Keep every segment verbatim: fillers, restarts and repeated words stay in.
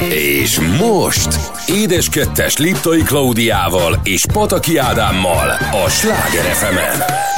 És most Édes Kettes Liptai Klaudiával és Pataki Ádámmal a Sláger ef emen.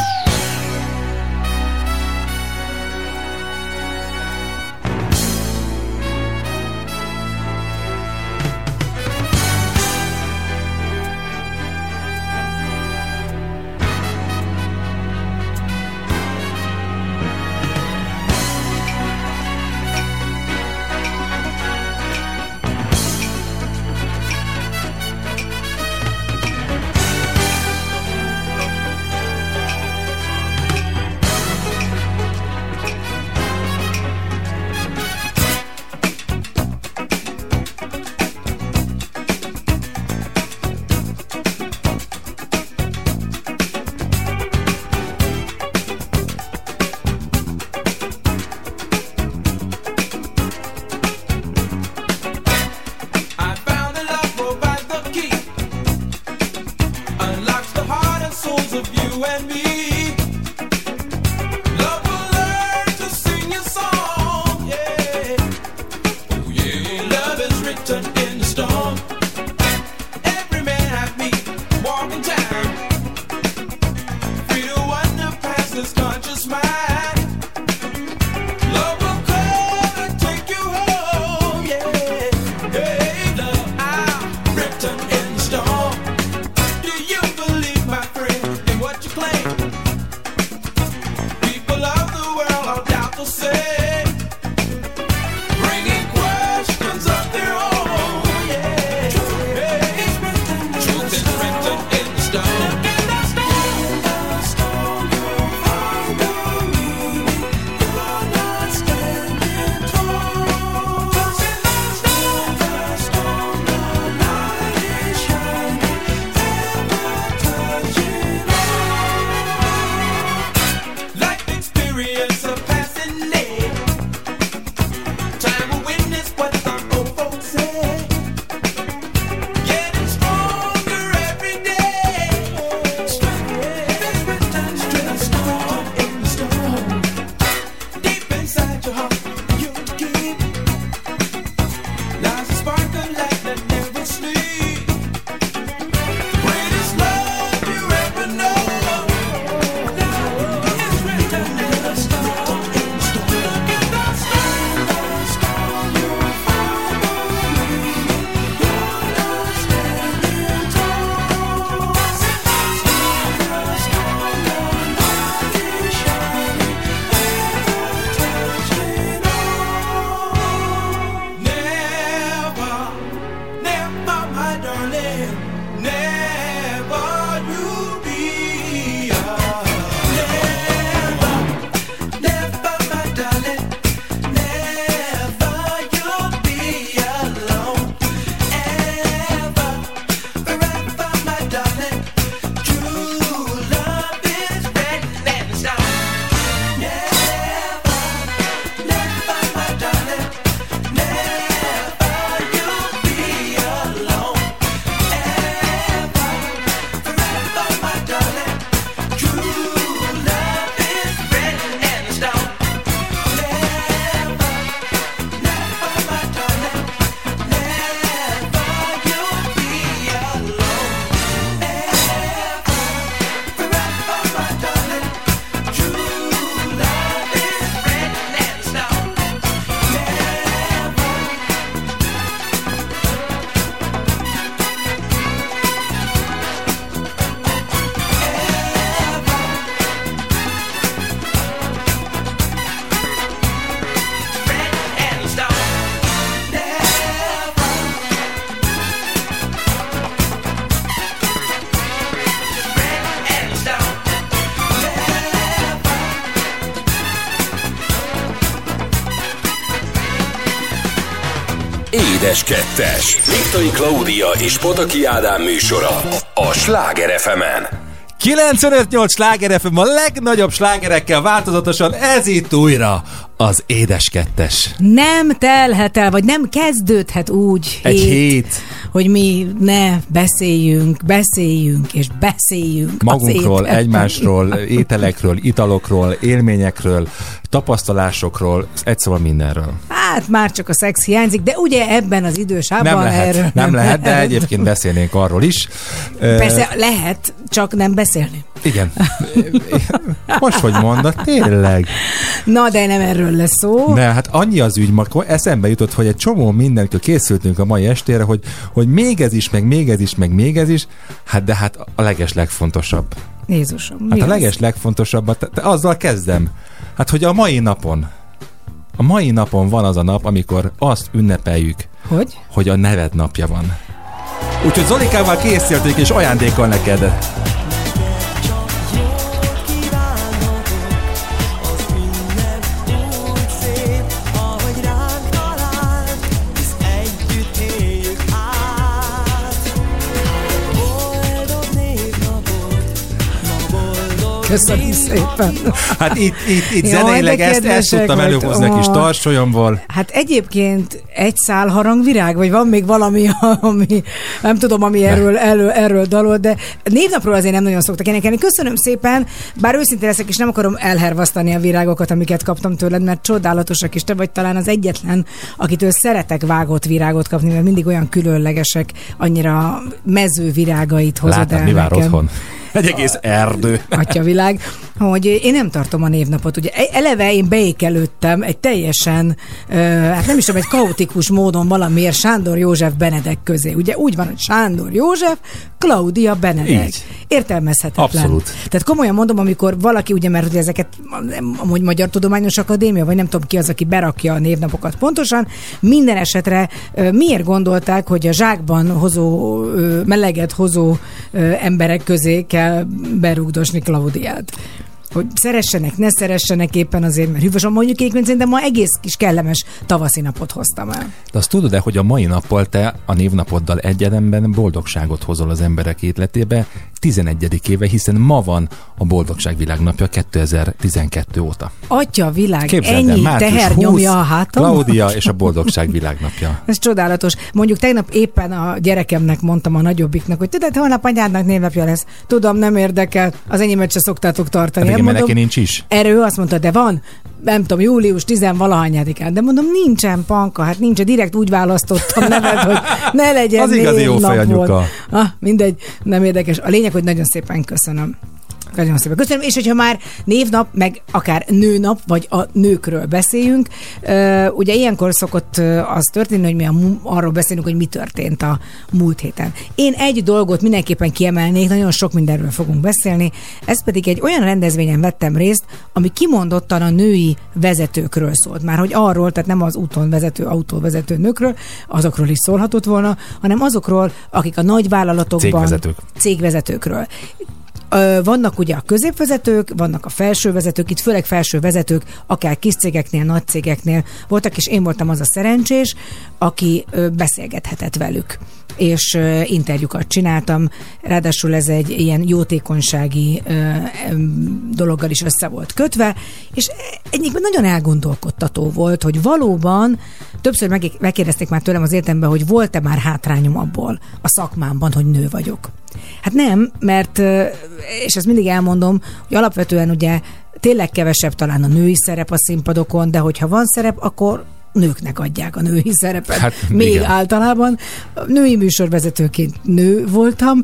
Édes Kettes. Liptai Klaudia és Pataki Ádám műsora a Sláger ef emen. kilencvenöt nyolc Sláger ef em, a legnagyobb slágerekkel változatosan, ez itt újra az Édes Kettes. Nem telhet el, vagy nem kezdődhet úgy Egy hét, hét, hogy mi ne beszéljünk, beszéljünk és beszéljünk magunkról, egymásról, ételekről, italokról, élményekről, tapasztalásokról, egy szóval mindenről. Hát hát már csak a szex hiányzik, de ugye ebben az idősában nem lehet, erről nem, nem lehet, de egyébként beszélnénk arról is. Persze lehet, csak nem beszélni. Igen. Most, hogy mondod, tényleg. Na, de nem erről lesz szó. De hát annyi az ügy, Marko, eszembe jutott, hogy egy csomó mindenkor készültünk a mai estére, hogy, hogy még ez is, meg még ez is, meg még ez is, hát de hát a leges legfontosabb. Jézusom, Hát a az? leges legfontosabbat, azzal kezdem. Hát, hogy a mai napon, a mai napon van az a nap, amikor azt ünnepeljük, hogy, hogy a neved napja van. Úgyhogy Zolikával készültük, és ajándékkal neked. Köszönöm szépen. Hát itt, itt, itt Jaj, zeneileg de ezt, ezt kedvesek tudtam előhozni a kis vagytok. tarsolyomból. Hát egyébként egy szál harangvirág, vagy van még valami, ami nem tudom, ami erről, erről, erről dalol, de névnapról azért nem nagyon szoktak énekelni. Köszönöm szépen, bár őszintén leszek, és nem akarom elhervasztani a virágokat, amiket kaptam tőled, mert csodálatosak, és te vagy talán az egyetlen, akitől szeretek vágott virágot kapni, mert mindig olyan különlegesek, annyira mező virágait hozod Látod, el mi vár nekem. otthon? Egy egész erdő. Atyavilág, hogy én nem tartom a névnapot. Ugye eleve én beékelődtem egy teljesen, uh, hát nem is tudom, egy kaotikus módon valamiért Sándor József Benedek közé. Ugye úgy van, hogy Sándor József, Klaudia Benedek. Így. Értelmezhetetlen. Abszolút. Tehát komolyan mondom, amikor valaki, ugye, mert ugye ezeket amúgy Magyar Tudományos Akadémia, vagy nem tudom ki az, aki berakja a névnapokat pontosan, minden esetre uh, miért gondolták, hogy a zsákban hozó, uh, meleget hozó uh, emberek közé kell berúgdosni Klaudiát? Hogy szeressenek, ne szeressenek éppen azért, mert hűvös, mondjuk én szerintem ma egész kis kellemes tavaszi napot hoztam el. De azt tudod-e, hogy a mai nappal te a névnapoddal egyetemben boldogságot hozol az emberek életébe tizenegyedik éve, hiszen ma van a Boldogság Világnapja kétezer-tizenkettő óta. Atya világ, Képzeld el, ennyi március teher hussz, nyomja a hátam. Klaudia és a Boldogság Világnapja. Ez csodálatos. Mondjuk tegnap éppen a gyerekemnek mondtam, a nagyobbiknak, hogy tudod, holnap anyádnak névnapja lesz. Tudom, nem érdekel, az enyémet se szoktátok tartani. Hát igen, mondom, neki nincs is. Erről azt mondta, de van, nem tudom, július tizenvalahányadikán, de mondom, nincsen, Panka, hát nincs, direkt úgy választottam nevet, hogy ne legyen Az igazi jó névnapod. fejanyuka. Ah, mindegy, nem érdekes. A lényeg, hogy nagyon szépen köszönöm. Nagyon szépen köszönöm, és hogyha már névnap, meg akár nőnap, vagy a nőkről beszéljünk, ugye ilyenkor szokott az történni, hogy mi a, arról beszélünk, hogy mi történt a múlt héten. Én egy dolgot mindenképpen kiemelnék, nagyon sok mindenről fogunk beszélni, ez pedig egy olyan rendezvényen vettem részt, ami kimondottan a női vezetőkről szólt. Már hogy arról, tehát nem az úton vezető, autóvezető nőkről, azokról is szólhatott volna, hanem azokról, akik a nagy vállalatokban... Cégvezetők. Cégvezetőkről. Vannak ugye a középvezetők, vannak a felsővezetők, itt főleg felsővezetők, akár kis cégeknél, nagy cégeknél voltak, és én voltam az a szerencsés, aki beszélgethetett velük, és interjúkat csináltam, ráadásul ez egy ilyen jótékonysági dologgal is össze volt kötve, és egyébként nagyon elgondolkodtató volt, hogy valóban többször megkérdezték már tőlem az életemben, hogy volt-e már hátrányom abból a szakmámban, hogy nő vagyok. Hát nem, mert, és ezt mindig elmondom, hogy alapvetően ugye tényleg kevesebb talán a női szerep a színpadokon, de hogyha van szerep, akkor nőknek adják a női szerepet. Hát, még igen. Általában. Női műsorvezetőként nő voltam.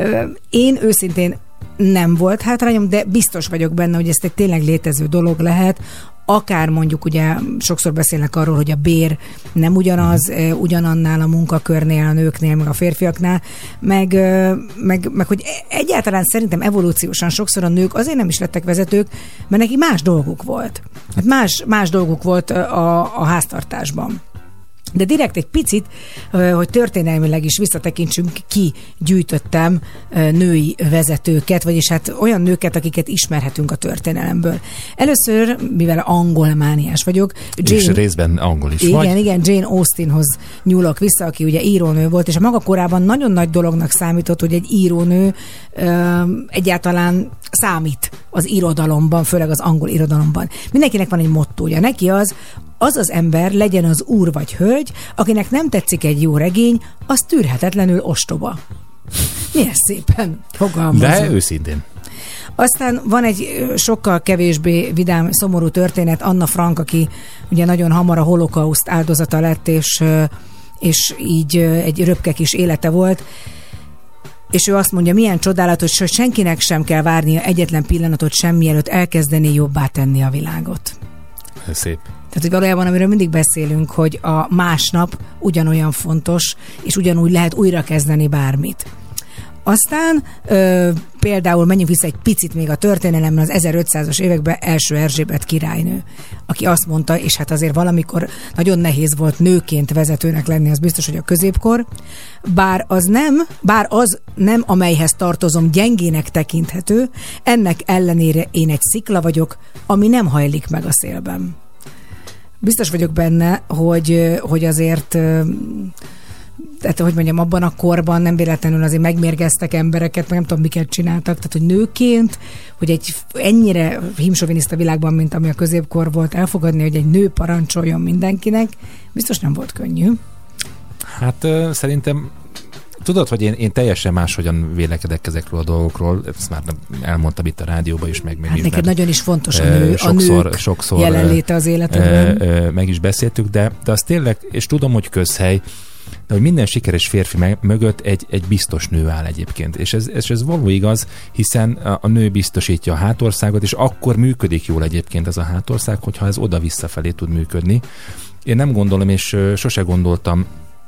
Én őszintén nem volt hátrányom, de biztos vagyok benne, hogy ez egy tényleg létező dolog lehet, akár mondjuk ugye sokszor beszélnek arról, hogy a bér nem ugyanaz, mm. ugyanannál a munkakörnél, a nőknél, meg a férfiaknál, meg, meg, meg hogy egyáltalán szerintem evolúciósan sokszor a nők azért nem is lettek vezetők, mert neki más dolguk volt. Hát más, más dolguk volt a, a háztartásban. De direkt egy picit, hogy történelmileg is visszatekintsünk, ki gyűjtöttem női vezetőket, vagyis hát olyan nőket, akiket ismerhetünk a történelemből. Először, mivel angolmániás vagyok, Jane, és részben angol is igen, vagy. Igen, igen, Jane Austenhoz nyúlok vissza, aki ugye írónő volt, és a maga korában nagyon nagy dolognak számított, hogy egy írónő ö, egyáltalán számít az irodalomban, főleg az angol irodalomban. Mindenkinek van egy mottója. Neki az, az az ember legyen az úr vagy hölgy, akinek nem tetszik egy jó regény, az tűrhetetlenül ostoba. Milyen szépen fogalmazom. De őszintén. Aztán van egy sokkal kevésbé vidám, szomorú történet, Anna Frank, aki ugye nagyon hamar a holokauszt áldozata lett, és, és így egy röpke kis élete volt, és ő azt mondja, milyen csodálatos, hogy senkinek sem kell várnia egyetlen pillanatot sem, mielőtt elkezdeni jobbá tenni a világot. Szép. Tehát, hogy valójában, amiről mindig beszélünk, hogy a másnap ugyanolyan fontos, és ugyanúgy lehet újrakezdeni bármit. Aztán ö, például menjünk vissza egy picit még a történelemben, az ezerötszázas években első Erzsébet királynő, aki azt mondta, és hát azért valamikor nagyon nehéz volt nőként vezetőnek lenni, az biztos, hogy a középkor, bár az nem, bár az nem, amelyhez tartozom, gyengének tekinthető, ennek ellenére én egy szikla vagyok, ami nem hajlik meg a szélben. Biztos vagyok benne, hogy, hogy azért... tehát, hogy mondjam, abban a korban nem véletlenül azért megmérgeztek embereket, meg nem tudom, miket csináltak, tehát, hogy nőként, hogy egy ennyire hímsoviniszta világban, mint ami a középkor volt, elfogadni, hogy egy nő parancsoljon mindenkinek, biztos nem volt könnyű. Hát uh, szerintem tudod, hogy én, én teljesen máshogyan vélekedek ezekről a dolgokról, ezt már elmondtam itt a rádióban is, meg még hát is. Neked nagyon is fontos a, nő, nő, sokszor, a nők sokszor, jelenléte az életedben. Meg is beszéltük, de, de az tényleg, és tudom, hogy közhely, de hogy minden sikeres férfi mögött egy, egy biztos nő áll egyébként. És ez, ez, ez való igaz, hiszen a, a nő biztosítja a hátországot, és akkor működik jól egyébként ez a hátország, hogyha ez oda-visszafelé tud működni. Én nem gondolom, és sose gondoltam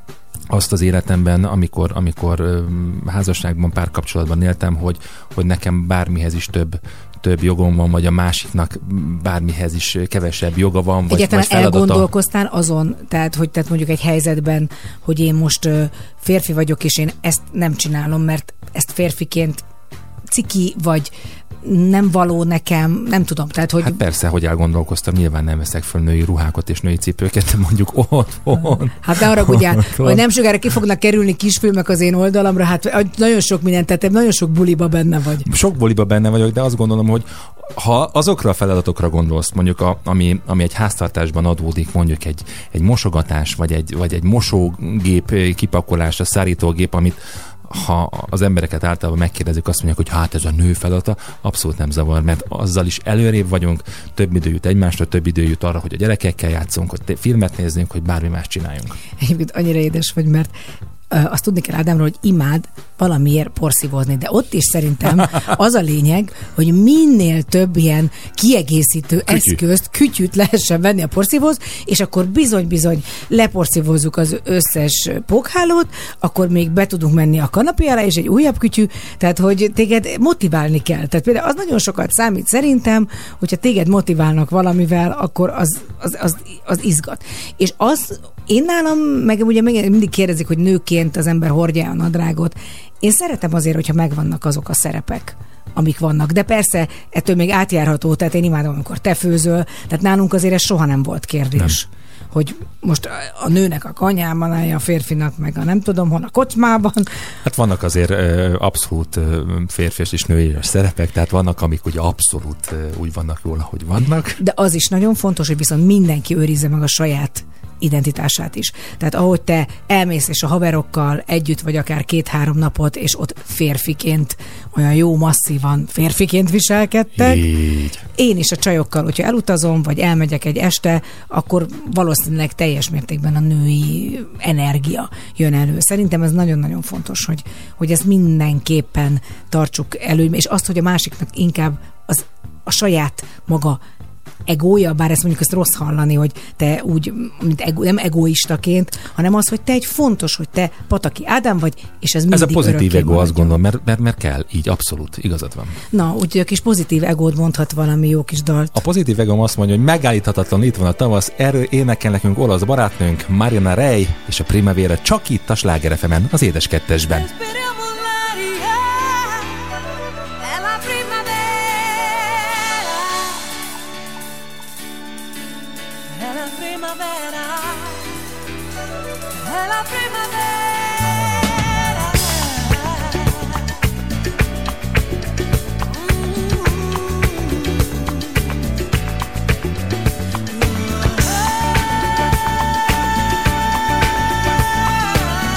azt az életemben, amikor, amikor házasságban, párkapcsolatban éltem, hogy, hogy nekem bármihez is több több jogom van, vagy a másiknak bármihez is kevesebb joga van, vagy, egyáltalán vagy feladata. Elgondolkoztál azon, tehát, hogy tehát mondjuk egy helyzetben, hogy én most férfi vagyok, és én ezt nem csinálom, mert ezt férfiként ciki, vagy nem való nekem, nem tudom. Tehát, hogy... Hát persze, hogy elgondolkoztam, nyilván nem veszek föl női ruhákat és női cipőket, de mondjuk ott, ott. Hát ne haragudjál, hogy nem sokára ki fognak kerülni kisfilmek az én oldalamra, hát nagyon sok mindent, tehát nagyon sok buliba benne vagy. Sok buliba benne vagyok, de azt gondolom, hogy ha azokra a feladatokra gondolsz, mondjuk a, ami, ami egy háztartásban adódik, mondjuk egy, egy mosogatás, vagy egy, vagy egy mosógép kipakolása, szárítógép, amit ha az embereket általában megkérdezik, azt mondják, hogy hát ez a nő feladata, abszolút nem zavar, mert azzal is előrébb vagyunk, több idő jut egymásra, több idő jut arra, hogy a gyerekekkel játszunk, hogy filmet nézzünk, hogy bármi más csináljunk. Egyébként annyira édes vagy, mert azt tudni kell Ádámról, hogy imád valamiért porszívózni, de ott is szerintem az a lényeg, hogy minél több ilyen kiegészítő Kütyű. eszközt, kütyűt lehessen venni a porszívóz, és akkor bizony-bizony leporszívózzuk az összes pókhálót, akkor még be tudunk menni a kanapé alá, és egy újabb kütyű, tehát hogy téged motiválni kell. Tehát például az nagyon sokat számít szerintem, hogyha téged motiválnak valamivel, akkor az, az, az, az izgat. És az én nálam, meg ugye mindig kérdezik, hogy nőként az ember hordja a nadrágot. Én szeretem azért, hogyha megvannak azok a szerepek, amik vannak. De persze, ettől még átjárható, tehát én imádom, amikor te főzöl, tehát nálunk azért ez soha nem volt kérdés. Nem. Hogy most a nőnek a kanyában állja, a férfinak meg a nem tudom hol, a kocsmában. Hát vannak azért ö, abszolút ö, férfias és női szerepek, tehát vannak, amik ugye abszolút ö, úgy vannak jól, ahogy vannak. De az is nagyon fontos, hogy viszont mindenki őrizze meg a saját identitását is. Tehát ahogy te elmész és a haverokkal együtt vagy akár két-három napot, és ott férfiként, olyan jó masszívan férfiként viselkedtek. Így. Én is a csajokkal, hogyha elutazom, vagy elmegyek egy este, akkor valószínűleg teljes mértékben a női energia jön elő. Szerintem ez nagyon-nagyon fontos, hogy, hogy ezt mindenképpen tartsuk elő, és azt, hogy a másiknak inkább az, a saját maga egója, bár ezt mondjuk ezt rossz hallani, hogy te úgy, mint ego, nem egoistaként, hanem az, hogy te egy fontos, hogy te Pataki Ádám vagy, és ez mindig Ez a pozitív ego, maradjon. Azt gondolom, mert, mert, mert kell, így abszolút, igazad van. Na, úgyhogy a kis pozitív egód mondhat valami jó kis dalt. A pozitív egóm azt mondja, hogy megállíthatatlan, itt van a tavasz, erről énekel nekünk olasz barátnőnk, Marina Rey és a Primavera, csak itt a Sláger ef emen, az Édes Kettesben.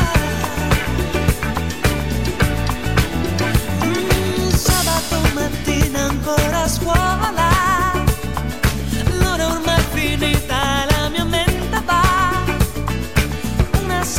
Sabato mattina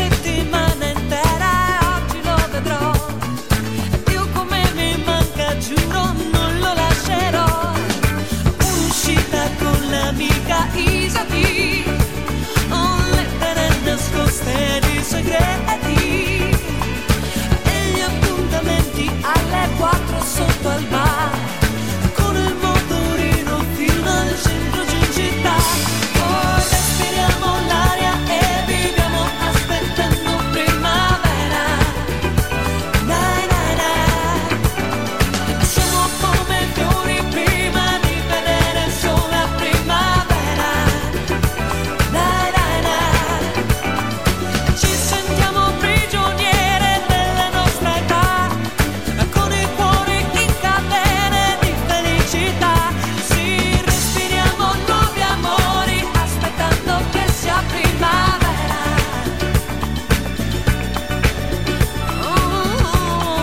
settimana intera e oggi lo vedrò. Dio come mi manca, giuro non lo lascerò. Un'uscita con l'amica Isati, ho lettere nascoste di segreti e gli appuntamenti alle quattro sotto al bar, con il motorino fino al centro di città. Oh, respiriamo l'aria e viviamo aspettando primavera. Dai, dai, dai. Siamo come fiori prima di vedere il sole a primavera. Dai, dai, dai. Ci sentiamo prigioniere della nostra età, con i cuori in catene di felicità. Sì, respiriamo nuovi amori, aspettando che sia primavera. Oh,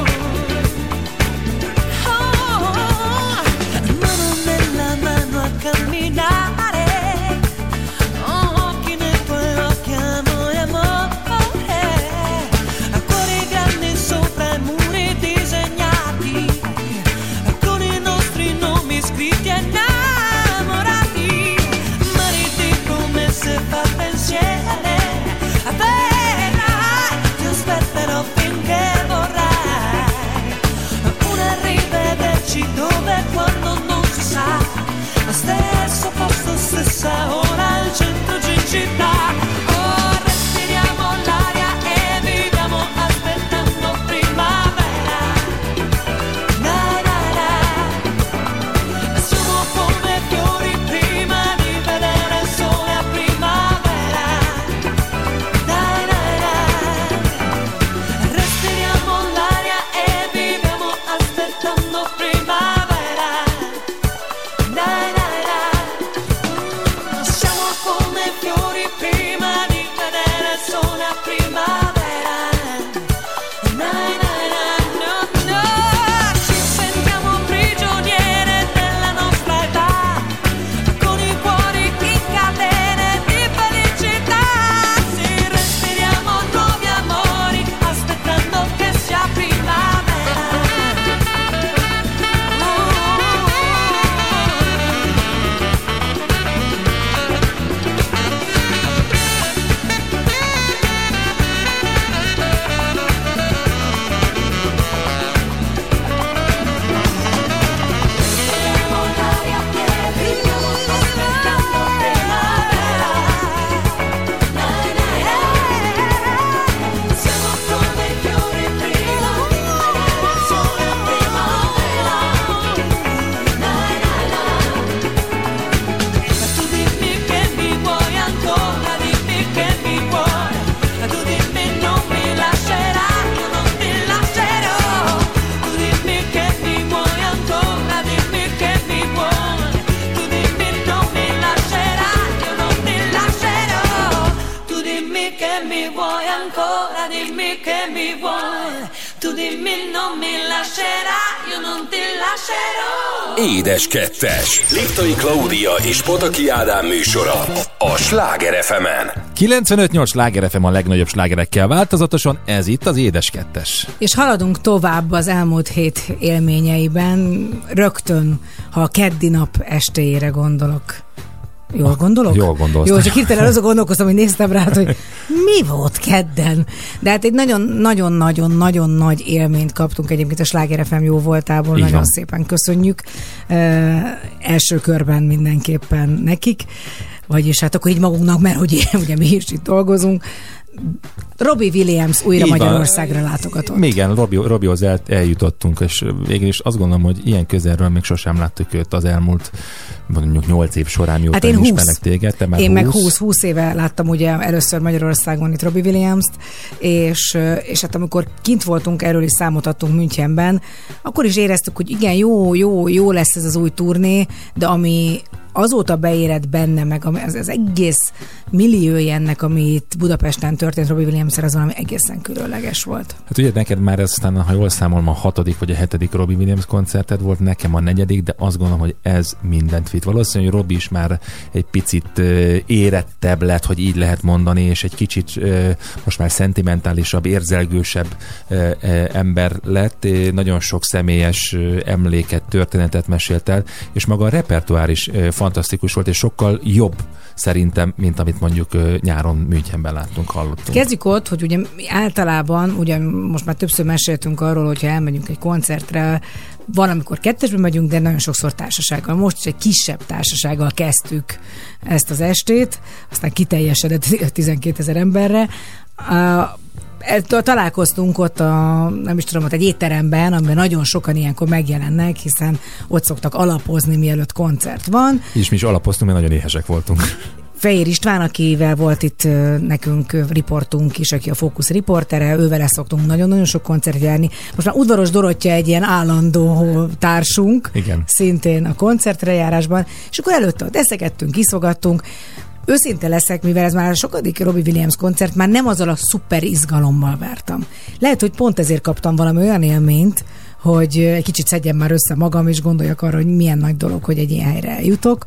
oh, mano nella mano a camminare, occhi nei tuoi occhi, amore, amore, cuori grandi sopra i muri disegnati, con i nostri nomi scritti e innamorati, mariti come se fatte insieme. Verrai, ti aspetterò finché vorrai, una rivederci dove e quando non si sa, stesso posto, stessa ora, al centro di città. Oh, respiriamo l'aria e viviamo aspettando primavera. Dai, dai, dai. Siamo come fiori prima di vedere il sole a primavera. Dai, dai, dai. Respiriamo l'aria e viviamo aspettando primavera. Dai, dai, dai. Siamo come fiori prima di vedere il sole a primavera. Dai, dai, dai, no, no. Ci sentiamo prigioniere della nostra età, con i cuori in catene di felicità. Sì, respiriamo nuovi amori, aspettando che sia primavera. Respiriamo l'aria e viviamo aspettando primavera. Dai, dai, dai. Siamo come fiori prima di vedere il sole a primavera. Dai, dai, dai. Tu dimmi che mi vuoi ancora, dimmi che mi vuoi. Tu dimmi non mi lascerai, io non ti lascerò. Tu dimmi che mi vuoi ancora, dimmi che mi vuoi. Tu dimmi non mi lascerai, io non ti lascerò. Tu dimmi che mi vuoi ancora, dimmi che mi vuoi. Tu dimmi non mi lascerai, io non ti lascerò. Édes Kettes. Liptai Klaudia és Pataki Ádám műsora a Sláger ef emen. kilencvenöt nyolc Sláger ef em a legnagyobb slágerekkel változatosan, ez itt az Édes Kettes. És haladunk tovább az elmúlt hét élményeiben, rögtön, ha a keddi nap estéjére gondolok. Jól gondolok? Jól gondoltam. Jó, csak hirtelen azon gondolkoztam, hogy néztem rá, hogy mi volt kedden. De hát egy nagyon-nagyon-nagyon nagy élményt kaptunk egyébként a Sláger ef em jó voltából. Így nagyon van. szépen köszönjük. E, első körben mindenképpen nekik. Vagyis hát akkor így magunknak, mert hogy ugye mi is itt dolgozunk. Robbie Williams újra Így van. Magyarországra látogatott. Igen, Robbie, Robbiehoz el, eljutottunk, és végül is azt gondolom, hogy ilyen közelről még sosem láttuk őt az elmúlt mondjuk nyolc év során, mióta Hát én húsz. ismernek téged. Te már Én húsz. meg húsz éve láttam ugye először Magyarországon itt Robbie Williams-t, és, és hát amikor kint voltunk, erről is számot adtunk Münchenben, akkor is éreztük, hogy igen, jó, jó, jó lesz ez az új turné, de ami azóta beérett benne, meg az, az egész milliója ennek, ami itt Budapesten történt Robbie Williams-szel, az valami egészen különleges volt. Hát ugye neked már ez aztán, ha jól számolom, a hatodik vagy a hetedik Robbie Williams koncerted volt, nekem a negyedik, de azt gondolom, hogy ez mindent vitt. Valószínűleg, hogy Robbie is már egy picit uh, érettebb lett, hogy így lehet mondani, és egy kicsit uh, most már szentimentálisabb, érzelgősebb uh, uh, ember lett. Uh, nagyon sok személyes uh, emléket, történetet mesélt el, és maga a repertoár is uh, fantasztikus volt, és sokkal jobb szerintem, mint amit mondjuk uh, nyáron Münchenben láttunk, hallottunk. Kezdjük ott, hogy ugye általában, ugye most már többször meséltünk arról, hogyha elmegyünk egy koncertre, van, amikor kettesben megyünk, de nagyon sokszor társasággal. Most is egy kisebb társasággal kezdtük ezt az estét, aztán kiteljesedett tizenkétezer emberre. Uh, találkoztunk ott a, nem is tudom, ott egy étteremben, amiben nagyon sokan ilyenkor megjelennek, hiszen ott szoktak alapozni, mielőtt koncert van. És mi is alapoztunk, mert nagyon éhesek voltunk. Fejér István, akivel volt itt nekünk riportunk is, aki a Fókusz riportere, ővele szoktunk nagyon-nagyon sok koncertre járni. Most már Udvaros Dorottya egy ilyen állandó társunk, igen, szintén a koncertre járásban, és akkor előtte ott eszegettünk, kiszogattunk. Őszinte leszek, mivel ez már a sokadik Robbie Williams koncert, már nem azzal a szuper izgalommal vártam. Lehet, hogy pont ezért kaptam valami olyan élményt, hogy egy kicsit szedjem már össze magam, és gondoljak arra, hogy milyen nagy dolog, hogy egy ilyen helyre eljutok.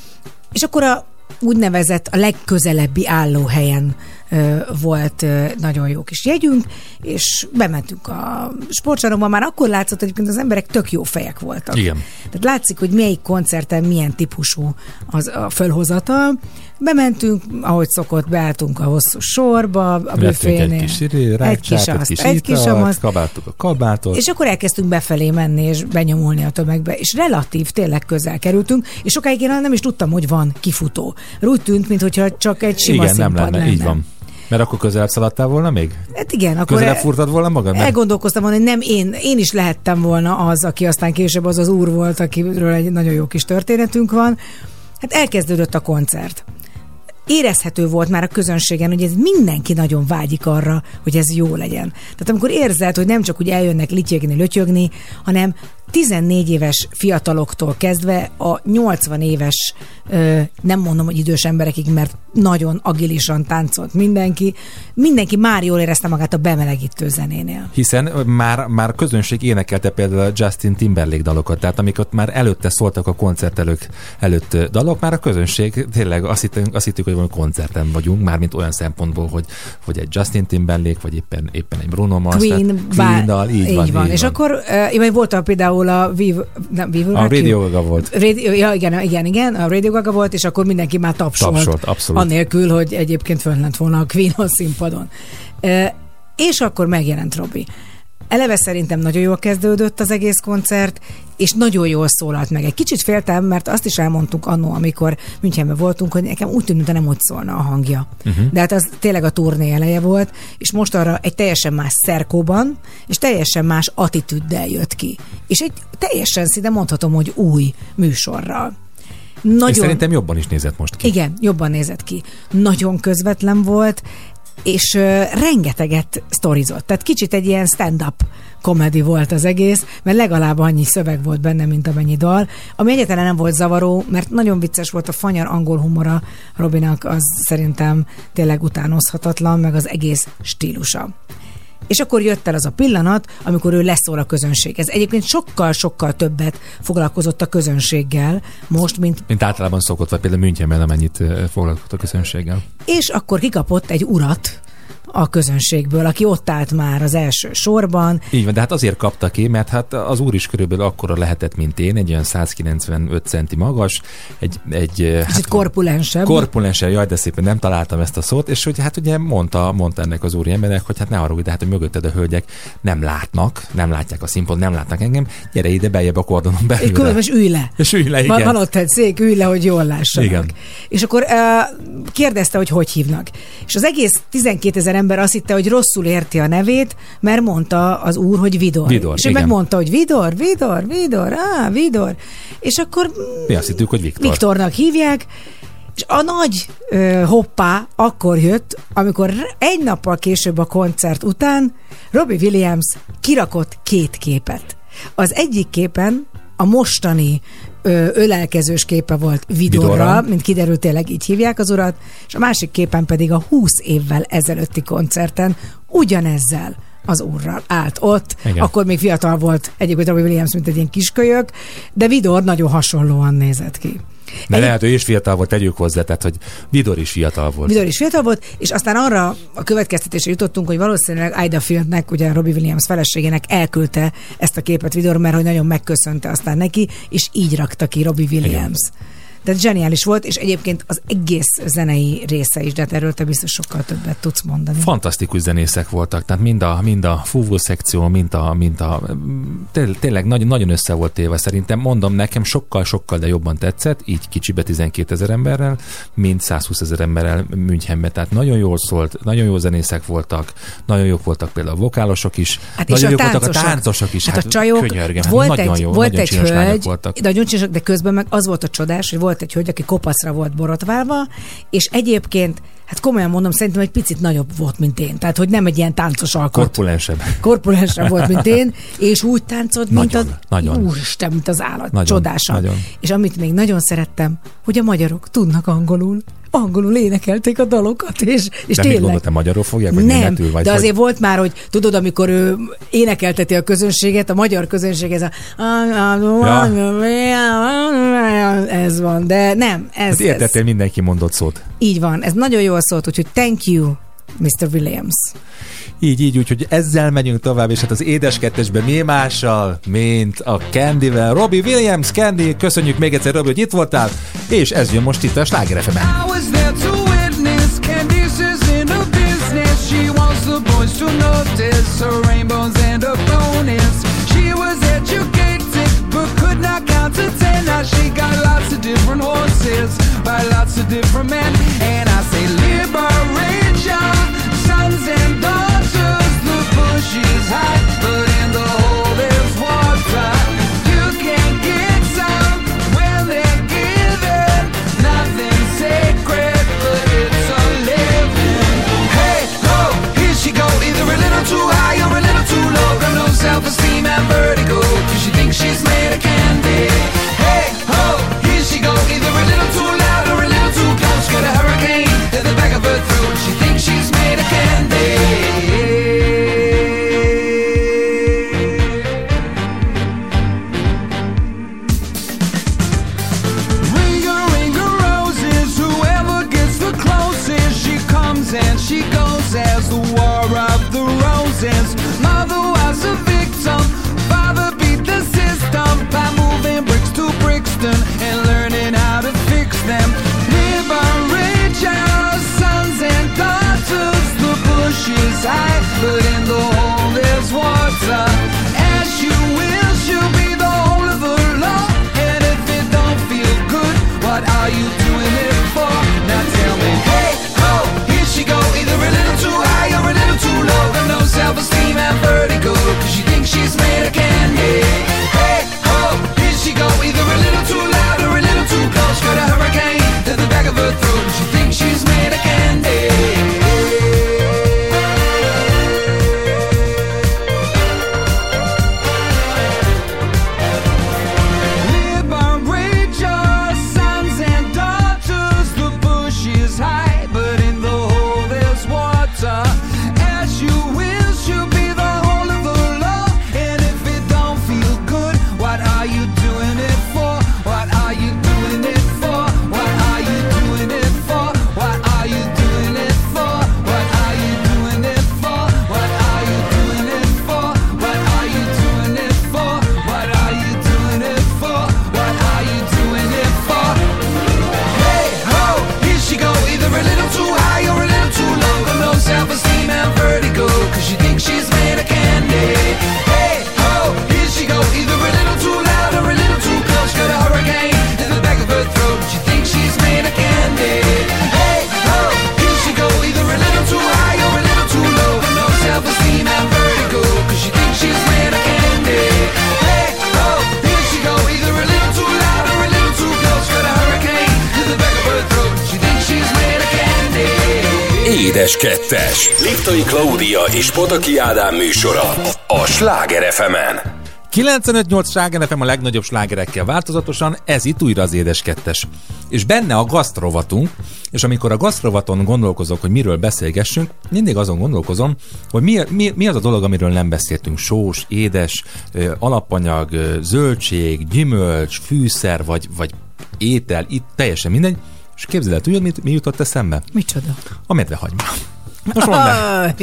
És akkor a úgynevezett a legközelebbi állóhelyen ö, volt ö, nagyon jó kis jegyünk, és bementünk a sportcsarnokba, már akkor látszott, hogy az emberek tök jó fejek voltak. Igen. Tehát látszik, hogy melyik koncerten milyen típusú az a fölhozatal. Bementünk, ahogy szokott, beálltunk a hosszú sorba, a büfénél. Egy kis sziré, rákcsát, egy kis, egy kis italt, kabáltuk a kabátot. És akkor elkezdtünk befelé menni, és benyomulni a tömegbe, és relatív tényleg közel kerültünk, és sokáig én nem is tudtam, hogy van kifutó. Úgy tűnt, mintha csak egy sima igen, színpad nem lenne, lenne. Így van. Mert akkor közelebb szaladtál volna még? Hát igen, akkor közelebb furtad volna magad? Mert... elgondolkoztam volna, hogy nem én, én is lehettem volna az, aki aztán később az az úr volt, akiről egy nagyon jó kis történetünk van. Hát elkezdődött a koncert. Érezhető volt már a közönségen, hogy ez mindenki nagyon vágyik arra, hogy ez jó legyen. Tehát amikor érzed, hogy nem csak úgy eljönnek lityögni, lötyögni, hanem tizennégy éves fiataloktól kezdve a nyolcvan éves, ö, nem mondom, hogy idős emberekig, mert nagyon agilisan táncolt mindenki. Mindenki már jól érezte magát a bemelegítő zenénél. Hiszen már, már közönség énekelte például a Justin Timberlake dalokat, tehát amikor már előtte szóltak a koncertelők előtt dalok, már a közönség tényleg azt hittük, azt hittük hogy van koncerten vagyunk, mármint olyan szempontból, hogy, hogy egy Justin Timberlake, vagy éppen, éppen egy Bruno Mars, Queen, Queen dal, így, így van. van. Így És van. akkor uh, volt a, például a Viv, nem, Viv, a Radio Gaga volt. Radio, ja, igen, igen, igen, a Radio Gaga volt, és akkor mindenki már tapsolt. Tapsolt, abszolút. Anélkül, hogy egyébként fönn lett volna a Queen a színpadon. Uh, és akkor megjelent Robbie. Eleve szerintem nagyon jól kezdődött az egész koncert, és nagyon jól szólalt meg. Egy kicsit féltem, mert azt is elmondtuk annó, amikor Münchenben voltunk, hogy nekem úgy tűnt, mintha nem úgy szólna a hangja. Uh-huh. De hát az tényleg a turné eleje volt, és most arra egy teljesen más szerkóban, és teljesen más attitűddel jött ki. És egy teljesen szinte mondhatom, hogy új műsorral. Nagyon... És szerintem jobban is nézett most ki. Igen, jobban nézett ki. Nagyon közvetlen volt, és uh, rengeteget sztorizott. Tehát kicsit egy ilyen stand-up komedi volt az egész, mert legalább annyi szöveg volt benne, mint amennyi dal, ami egyáltalán nem volt zavaró, mert nagyon vicces volt a fanyar angol humora Robinak, az szerintem tényleg utánozhatatlan, meg az egész stílusa. És akkor jött el az a pillanat, amikor ő leszól a közönséghez. Egyébként sokkal-sokkal többet foglalkozott a közönséggel most, mint... Mint általában szokott, vagy például Münchenben amennyit foglalkozott a közönséggel. És akkor kikapott egy urat a közönségből, aki ott állt már az első sorban. Így van, de hát azért kapta ki, mert hát az úr is körülbelül akkora lehetett, mint én, egy olyan százkilencvenöt centi magas, egy... egy hát, korpulensebb. Korpulensebb, jaj, de szépen nem találtam ezt a szót, és hogy hát ugye mondta, mondta ennek az úri embernek, hogy hát ne haragudj, de hát, hogy mögötted a hölgyek nem látnak, nem látják a színpont, nem látnak engem, gyere ide beljebb a kordonon belül. És különben, és ülj le. És ülj le, igen. Van, van ott egy szék, ülj le, hogy jól lássanak. Igen. És akkor uh, kérdezte, hogy hogy hívnak. És az egész tizenkétezer ember azt hitte, hogy rosszul érti a nevét, mert mondta az úr, hogy Vidor. Vidor, és ő igen. megmondta, hogy Vidor, Vidor, Vidor, á, Vidor. És akkor... Mi azt hittük, hogy Viktor. Viktornak hívják, és a nagy ö, hoppá akkor jött, amikor egy nappal később a koncert után Robbie Williams kirakott két képet. Az egyik képen a mostani ö, ölelkezős képe volt Vidorra, Vidorra. mint kiderült, tényleg így hívják az urat, és a másik képen pedig a húsz évvel ezelőtti koncerten ugyanezzel az úrral állt ott. Igen. Akkor még fiatal volt egyébként Robbie Williams, mint egy ilyen kiskölyök, de Vidor nagyon hasonlóan nézett ki. De Egy- lehet, ő is fiatal volt, tegyük hozzá, tehát, hogy Vidor is fiatal volt. Vidor is fiatal volt, és aztán arra a következtetésre jutottunk, hogy valószínűleg Ida Fieldnek, ugye Robbie Williams feleségének elküldte ezt a képet Vidor, mert hogy nagyon megköszönte aztán neki, és így rakta ki Robbie Williams. De zseniális volt, és egyébként az egész zenei része is, de hát erről te biztos sokkal többet tudsz mondani. Fantasztikus zenészek voltak, tehát mind a, mind a fúvó szekció, mind a, mind a té- tényleg nagyon, nagyon össze volt téve szerintem. Mondom, nekem sokkal-sokkal, de jobban tetszett, így kicsibe tizenkétezer emberrel, mint százhúszezer emberrel Münchenben. Tehát nagyon jól szólt, nagyon jó zenészek voltak, nagyon jók voltak például a vokálosok is, Hát és nagyon a jók voltak a táncosok. táncosok is. Hát, hát a csajok, könyörgem, hát volt nagyon egy, jó, volt nagyon egy csinos lányok hölgy, voltak. nagyon csinosok, de közben meg az volt a csodás, hogy volt egy hölgy, aki kopaszra volt borotválva, és egyébként, hát komolyan mondom, szerintem egy picit nagyobb volt, mint én. Tehát, hogy nem egy ilyen táncos alkot. Korpulensebb. Korpulensebb volt, mint én, és úgy táncolt, mint Nagyon, az nagyon. Úristen, mint az állat. Nagyon, Csodásan. nagyon. És amit még nagyon szerettem, hogy a magyarok tudnak angolul. Angolul énekelték a dalokat, és, és De mit tényleg. gondoltam, magyarul fogják, vagy Nem, németül? Vagy de hogy... azért volt már, hogy tudod, amikor ő énekelteti a közönséget, a magyar közönség, ez a... Ez van, de nem, ez, Hát ez értettél mindenki mondott szót. így van, ez nagyon jól szólt, úgyhogy thank you, mister Williams. Így, így, úgyhogy ezzel megyünk tovább, és hát az édes kettesben mi mással, mint a Candyvel. Robbie Williams, Candy, köszönjük még egyszer, Robbie, hogy itt voltál, és ez jön most itt a Sláger ef emen. I was there to witness Candy's is in her business. She wants the boys to notice her rainbows and her bonus. She was educated but could not count to ten. Now she got lots of different horses by lots of different men. And I say liberate your sons and daughters. The bush is high, but in the hole there's water. You can get some when they're given. Nothing sacred, but it's a living. Hey, ho, here she go. Either a little too high or a little too low. Got no self-esteem and vertigo, 'cause she thinks she's made of candy. Hey, ho, here she go. Either a little too loud or a little too close. Got a hurricane in the back of her throat. She thinks she's made of candy. Ringer, ringer roses, whoever gets the closest. She comes and she goes as the war of the roses. Mother was a victim, father beat the system by moving bricks to Brixton and learning how to fix them. Liberate your sons and daughters. The bush is high, but in the hole there's water. As you will, she'll be the whole of the law. And if it don't feel good, what are you doing it for? Now tell me, hey, ho, here she go. Either a little too high or a little too low. Got no self-esteem and vertigo, 'cause she thinks she's made of candy. Hey, ho, here she go. Either a little too loud or a little too close. Got a hurricane to the back of her throat. She thinks she's made of candy. Liberate your sons and daughters. The bush is high, but in the hole there's water. As you will, she'll be the whole of the law. And if it don't feel good, what are you doing it for? What are you doing it for? What are you doing it for? What are you doing it for? What are you doing it for? What are you doing it for? What are you doing it for? What are you doing it for? What are you doing it for? Hey ho, here she go. Either a little too high or a little too low. Got no self-esteem and vertigo, 'cause she thinks she's made of candy. Hey ho, here she go. Either a little too loud or a little too close. Got a hurricane in the back of her throat. She thinks she's made of candy. Hey ho, here she go. Either a little too high or a little too low. Got no self-esteem and vertigo, 'cause she thinks she's made of candy. Hey ho, here she go. Either a little too loud or a little too close. Got a hurricane in the back of her throat. She thinks she's made of candy. Édes kettes. Liptai Klaudia és Pataki Ádám műsora a Sláger ef emen. kilencvenöt nyolc Sláger ef em a legnagyobb slágerekkel változatosan, ez itt újra az Édes Kettes. És benne a gasztrovatunk, és amikor a gasztrovaton gondolkozok, hogy miről beszélgessünk, mindig azon gondolkozom, hogy mi, mi, mi az a dolog, amiről nem beszéltünk. Sós, édes, alapanyag, zöldség, gyümölcs, fűszer, vagy, vagy étel, itt teljesen mindegy. És képzeld el, tudod, mi, mi jutott eszembe? Micsoda? A medvehagyma. Most mondd meg.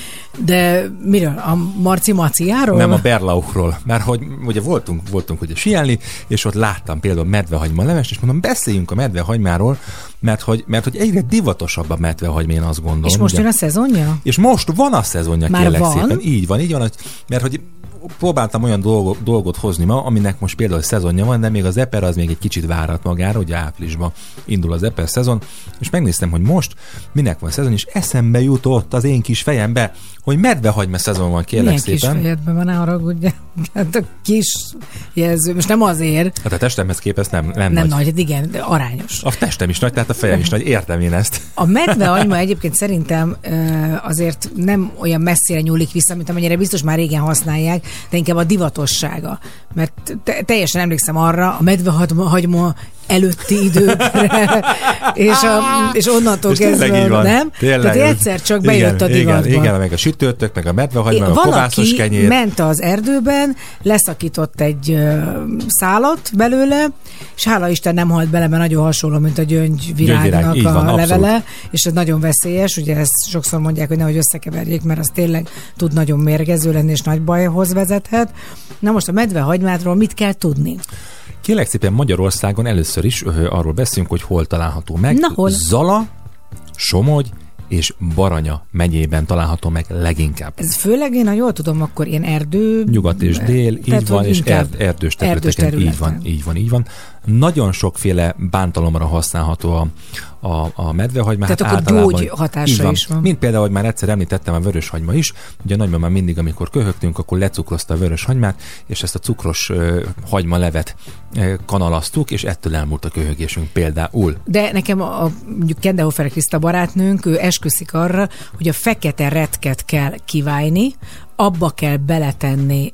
De miről? A Marci Maciáról? Nem, a Berlauchról. Mert hogy ugye voltunk, voltunk ugye sielni, és ott láttam például medvehagyma levest, és mondom, beszéljünk a medvehagymáról, mert hogy, mert hogy egyre divatosabb a medvehagyma, én azt gondolom. És most ugye? jön a szezonja? És most van a szezonja, Már kérlek van? szépen. Így van, így van, mert hogy próbáltam olyan dolgot, dolgot hozni ma, aminek most például szezonja van, de még az eper az még egy kicsit várat magára, ugye áprilisban indul az eper szezon, és megnéztem, hogy most minek van szezon, és eszembe jutott az én kis fejembe, hogy medvehagyma szezon van, kérlek Milyen szépen. kis fejedben van, ne haragudj. Hát a kis jelző, most nem azért. Hát a testemhez képest nem, nem, Nem nagy. nagy, hát igen, de arányos. A testem is nagy, tehát a fejem is nagy, értem én ezt. A medvehagyma egyébként szerintem ö, azért nem olyan messzire nyúlik vissza, mint amennyire biztos már régen használják, de inkább a divatossága. Mert te, teljesen emlékszem arra, a medvehagyma előtti időkre, és, a, és onnantól És tényleg kezdve, így van. nem? Tényleg. Tehát egyszer csak bejött igen, a divatba. Igen, igen, meg a sütőtök, meg a medvehagyma, meg a kovászos Valaki kenyér. ment az erdőben, leszakított egy ö, szálat belőle, és hála Isten nem halt bele, mert nagyon hasonló, mint a gyöngyvirágnak Gyöngyvirág, így a van, levele, abszolút. és ez nagyon veszélyes, ugye ezt sokszor mondják, hogy nehogy összekeverjék, mert az tényleg tud nagyon mérgező lenni, és nagy bajhoz vezethet. Na most a medvehagymátról mit kell tudni? Kérlek szépen, Magyarországon először is ö, arról beszélünk, hogy hol található meg. Na, hol? Zala, Somogy és Baranya megyében található meg leginkább. Ez főleg én, ha jól tudom, akkor ilyen erdő... Nyugat és dél, Tehát, így van, hogy és inkább erd, erdős területeken, erdős területen. így van, így van, így van. Nagyon sokféle bántalomra használható a, a, a medvehagyma. Tehát hát akkor általában- gyógy hatása így van. is van. Mint például, hogy már egyszer említettem, a vöröshagyma is. Ugye nagymamám mindig, amikor köhögtünk, akkor lecukrozta a vöröshagymát, és ezt a cukros uh, hagymalevet uh, kanalaztuk, és ettől elmúlt a köhögésünk például. De nekem a, a mondjuk Kendehofer Kriszta barátnőnk, ő esküszik arra, hogy a fekete retket kell kiválni, abba kell beletenni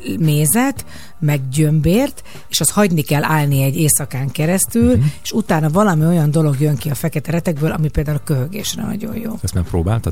mézet, meg gyömbért, és azt hagyni kell állni egy éjszakán keresztül, uh-huh. és utána valami olyan dolog jön ki a fekete retekből, ami például a köhögésre nagyon jó. Ezt már próbáltad?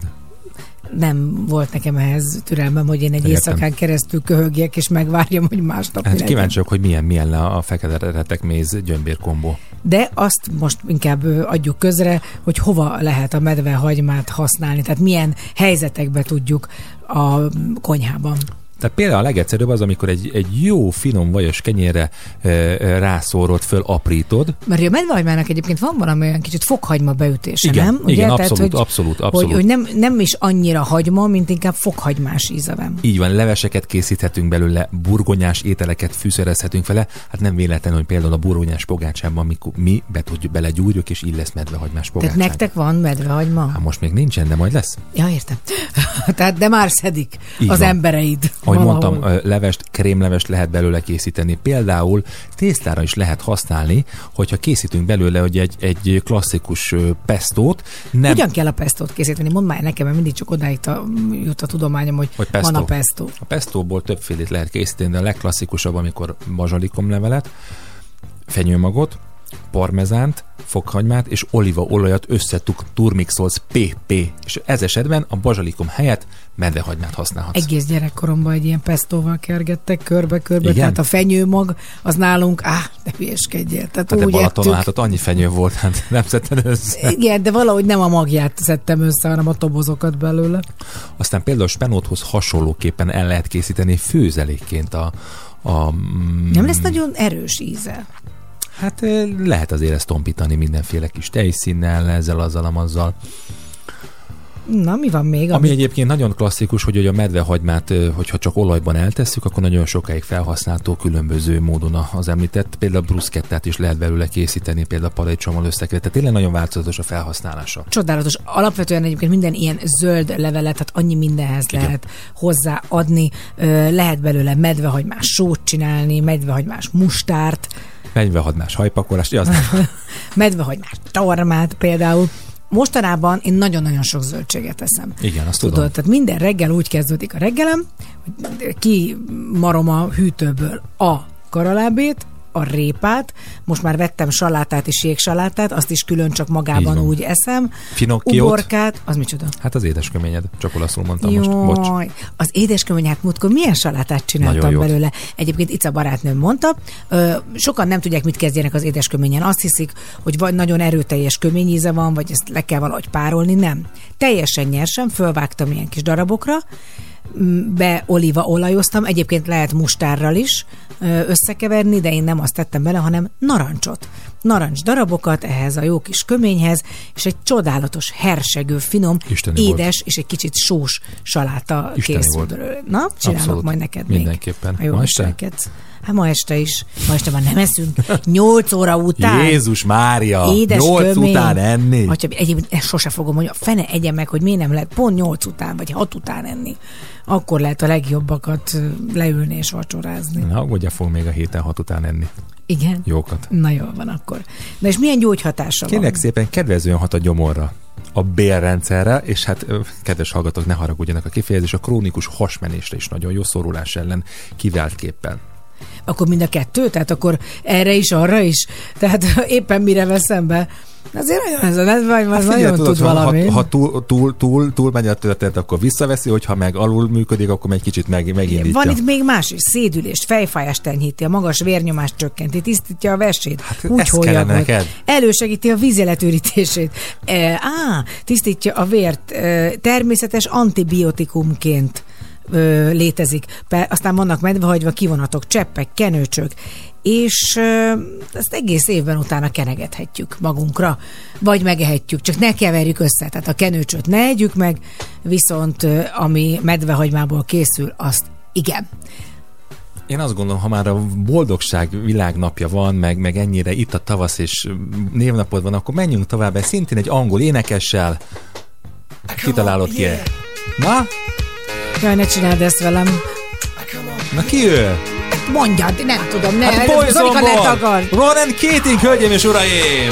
Nem volt nekem ehhez türelmem, hogy én egy Értem. éjszakán keresztül köhögjek, és megvárjam, hogy másnap mi Hát legyen. kíváncsiak, hogy milyen, milyen le a fekete retek méz gyömbér kombó. De azt most inkább ö, adjuk közre, hogy hova lehet a medvehagymát használni, tehát milyen helyzetekbe tudjuk a konyhában. Tehát például a legegyszerűbb az, amikor egy, egy jó, finom, vajos kenyérre e, e, rászórod, föl aprítod. Mert a medvehagymának egyébként van valami olyan kicsit fokhagyma beütése, Igen, nem? igen, Tehát, abszolút, hogy, abszolút, abszolút. Hogy, hogy nem, nem is annyira hagyma, mint inkább fokhagymás íze van. Így van, leveseket készíthetünk belőle, burgonyás ételeket fűszerezhetünk vele. Hát nem véletlen, hogy például a burgonyás pogácsában mikor mi be tudjuk belegyújjuk, és így lesz medvehagymás pogácsánk. Tehát nektek van medvehagyma? Hát most még nincsen, de majd lesz. Ja, értem. Tehát de már szedik Így az van. embereid. Ahogy valahol. mondtam, ö, levest, krémlevest lehet belőle készíteni. Például tésztára is lehet használni, hogyha készítünk belőle hogy egy, egy klasszikus ö, pestót. Nem, Hogyan kell a pestót készíteni? Mondd már nekem, mert mindig csak odáig ta, jut a tudományom, hogy, Hogy van pesto. a pestó. A pestóból többfélét lehet készíteni, de a legklasszikusabb, amikor bazsalikomlevelet, fenyőmagot, parmezánt, fokhagymát és olívaolajat összetuk turmixolsz pé pé, és ez esetben a bazsalikom helyett medvehagymát használhatsz. Egész gyerekkoromban egy ilyen pestóval kergettek körbe-körbe, Igen? tehát a fenyőmag, az nálunk, áh, ne hülyeskedjél. Tehát Hát de úgy Balatonon, hát ettük. ott annyi fenyő volt, hát nem szedted össze. Igen, de valahogy nem a magját szedtem össze, hanem a tobozokat belőle. Aztán például spenóthoz hasonlóképpen el lehet készíteni főzelékként a, a Nem lesz nagyon erős íze. hát eh, lehet azért ezt tompítani mindenféle kis tejszínnel, ezzel, azzal, amazzal. Na, mi van még? Ami egyébként nagyon klasszikus, hogy hogy a medvehagymát, eh, hogyha csak olajban eltesszük, akkor nagyon sokáig felhasználható különböző módon az említett. Például bruschettát is lehet belőle készíteni, például paradicsommal összekötve. Tehát tényleg nagyon változatos a felhasználása. Csodálatos. Alapvetően egyébként minden ilyen zöld levelet, tehát annyi mindenhez Igen. lehet hozzáadni. Ö, lehet belőle medvehagymás sót csinálni, medvehagymás mustárt, Medvehagymás hajpakolást, ja, az medvehagymás tarmát például. mostanában én nagyon-nagyon sok zöldséget eszem. Igen, azt Tudod, tudom. tehát minden reggel úgy kezdődik a reggelem, hogy kimarom a hűtőből a karalábét, a répát, most már vettem salátát és jégsalátát, azt is külön csak magában Így van. úgy eszem. Finocchiót? Uborkát, az micsoda? Hát az édesköményed, csak olaszul mondtam most. Bocs. Jaj, az édeskömény, hát múltkor milyen salátát csináltam Nagyon jót. belőle. Egyébként Ica barátnőm mondta, ö, sokan nem tudják, mit kezdjenek az édesköményen. Azt hiszik, hogy vagy nagyon erőteljes köményíze van, vagy ezt le kell valahogy párolni. Nem. Teljesen nyersen, fölvágtam ilyen kis darabokra, be olívaolajoztam, egyébként lehet mustárral is ö, összekeverni, de én nem azt tettem bele, hanem narancsot. Narancs darabokat ehhez a jó kis köményhez, és egy csodálatos, hersegő, finom, Isteni édes volt. és egy kicsit sós saláta Isteni készül volt. belőle. Na, csinálok Abszolút. majd neked Mindenképpen. még. A jó Ma este? estéket. Hát ma este is. Ma este már nem eszünk. Nyolc óra után. Jézus Mária! Édes Nyolc kömény. után enni? Atya, egyébként ezt sose fogom, hogy a fene egyen meg, hogy miért nem lehet pont nyolc után, vagy hat után enni. Akkor lehet a legjobbakat ö, leülni és vacsorázni. Na, ugye fog még a héten hat után enni. Igen? Jókat. Na jól van akkor. Na és milyen gyógyhatása Kérlek van? szépen kedvezően hat a gyomorra, a bélrendszerre, és hát ö, kedves hallgatók, ne haragudjanak a kifejezés, a krónikus hasmenésre is nagyon jó, szorulás ellen kiváltképpen. Akkor mind a kettő? Tehát akkor erre is, arra is? Tehát éppen mire veszem be? Azért nagyon ez a nedvány, már Figyelj, nagyon tudod, tud ha, valami. ha, ha túl, túl, túl, túl megy a történet, akkor visszaveszi, hogyha meg alul működik, akkor egy kicsit meg, megindítja. Van itt még más is, szédülést, fejfájást enyhíti, a magas vérnyomást csökkenti, tisztítja a vesét, Hát úgy ez kellene holjagot, neked. elősegíti a vízjeletürítését, e, á, tisztítja a vért, e, természetes antibiotikumként ö, létezik. Pe, aztán vannak medvehagyva kivonatok, cseppek, kenőcsök, és ö, ezt egész évben utána kenegethetjük magunkra, vagy megehetjük, csak ne keverjük össze. Tehát a kenőcsöt ne együk meg, viszont ö, ami medvehagymából készül, azt igen. Én azt gondolom, ha már a boldogság világnapja van, meg, meg ennyire itt a tavasz és névnapod van, akkor menjünk tovább, szintén egy angol énekessel. Kitalálod ki -e? Na? Jaj, ne csináld ezt velem. Na ki ő? Mondjad, nem tudom, ne, Hát Zorika ne Poisonból! tagad. Ronan Keating, hölgyeim és uraim!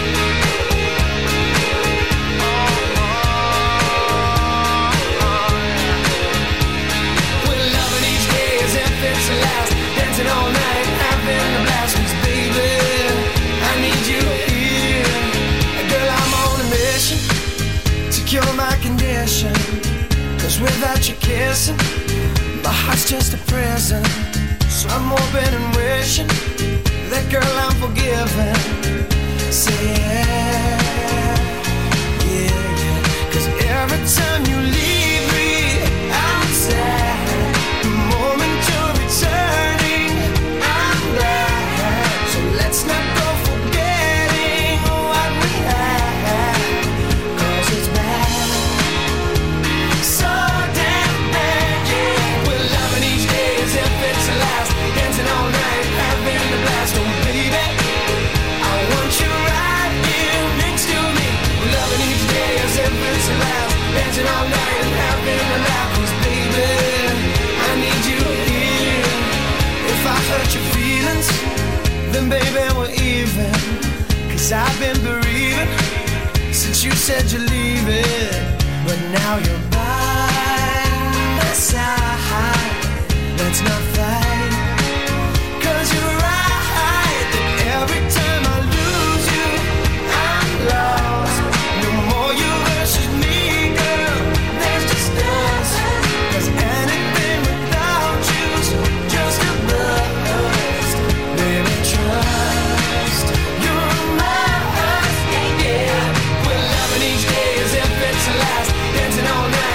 We're loving each day as if it's the last. Dancing all night, having a blast. 'Cause baby, I need you here. Girl, I'm on a mission to cure my condition. 'Cause without you kissing, my heart's just a prison. So I'm hoping and wishing that girl I'm forgiven. Say yeah, yeah, yeah. 'Cause every time you leave me, I'm sad. The moment you're returning, I'm glad. So let's not go forgetting what we had. 'Cause it's bad, so damn bad, yeah. We're loving each day as if it's the last. Dancing all night, having a blast. Oh baby, I want you right here next to me. We're loving each day as if it's the last. Dancing all night and having a laugh. 'Cause baby, I need you here. If I hurt your feelings, then baby we're even. 'Cause I've been bereaving since you said you're leaving. But now you're by my side. Let's not fight. 'Cause you're right that every time I lose you, I'm lost. No more you versus me, girl. There's just us. 'Cause anything without you's just a bust. Baby, trust. You're mine, yeah. We're loving each day as if it's the last. Dancing all night.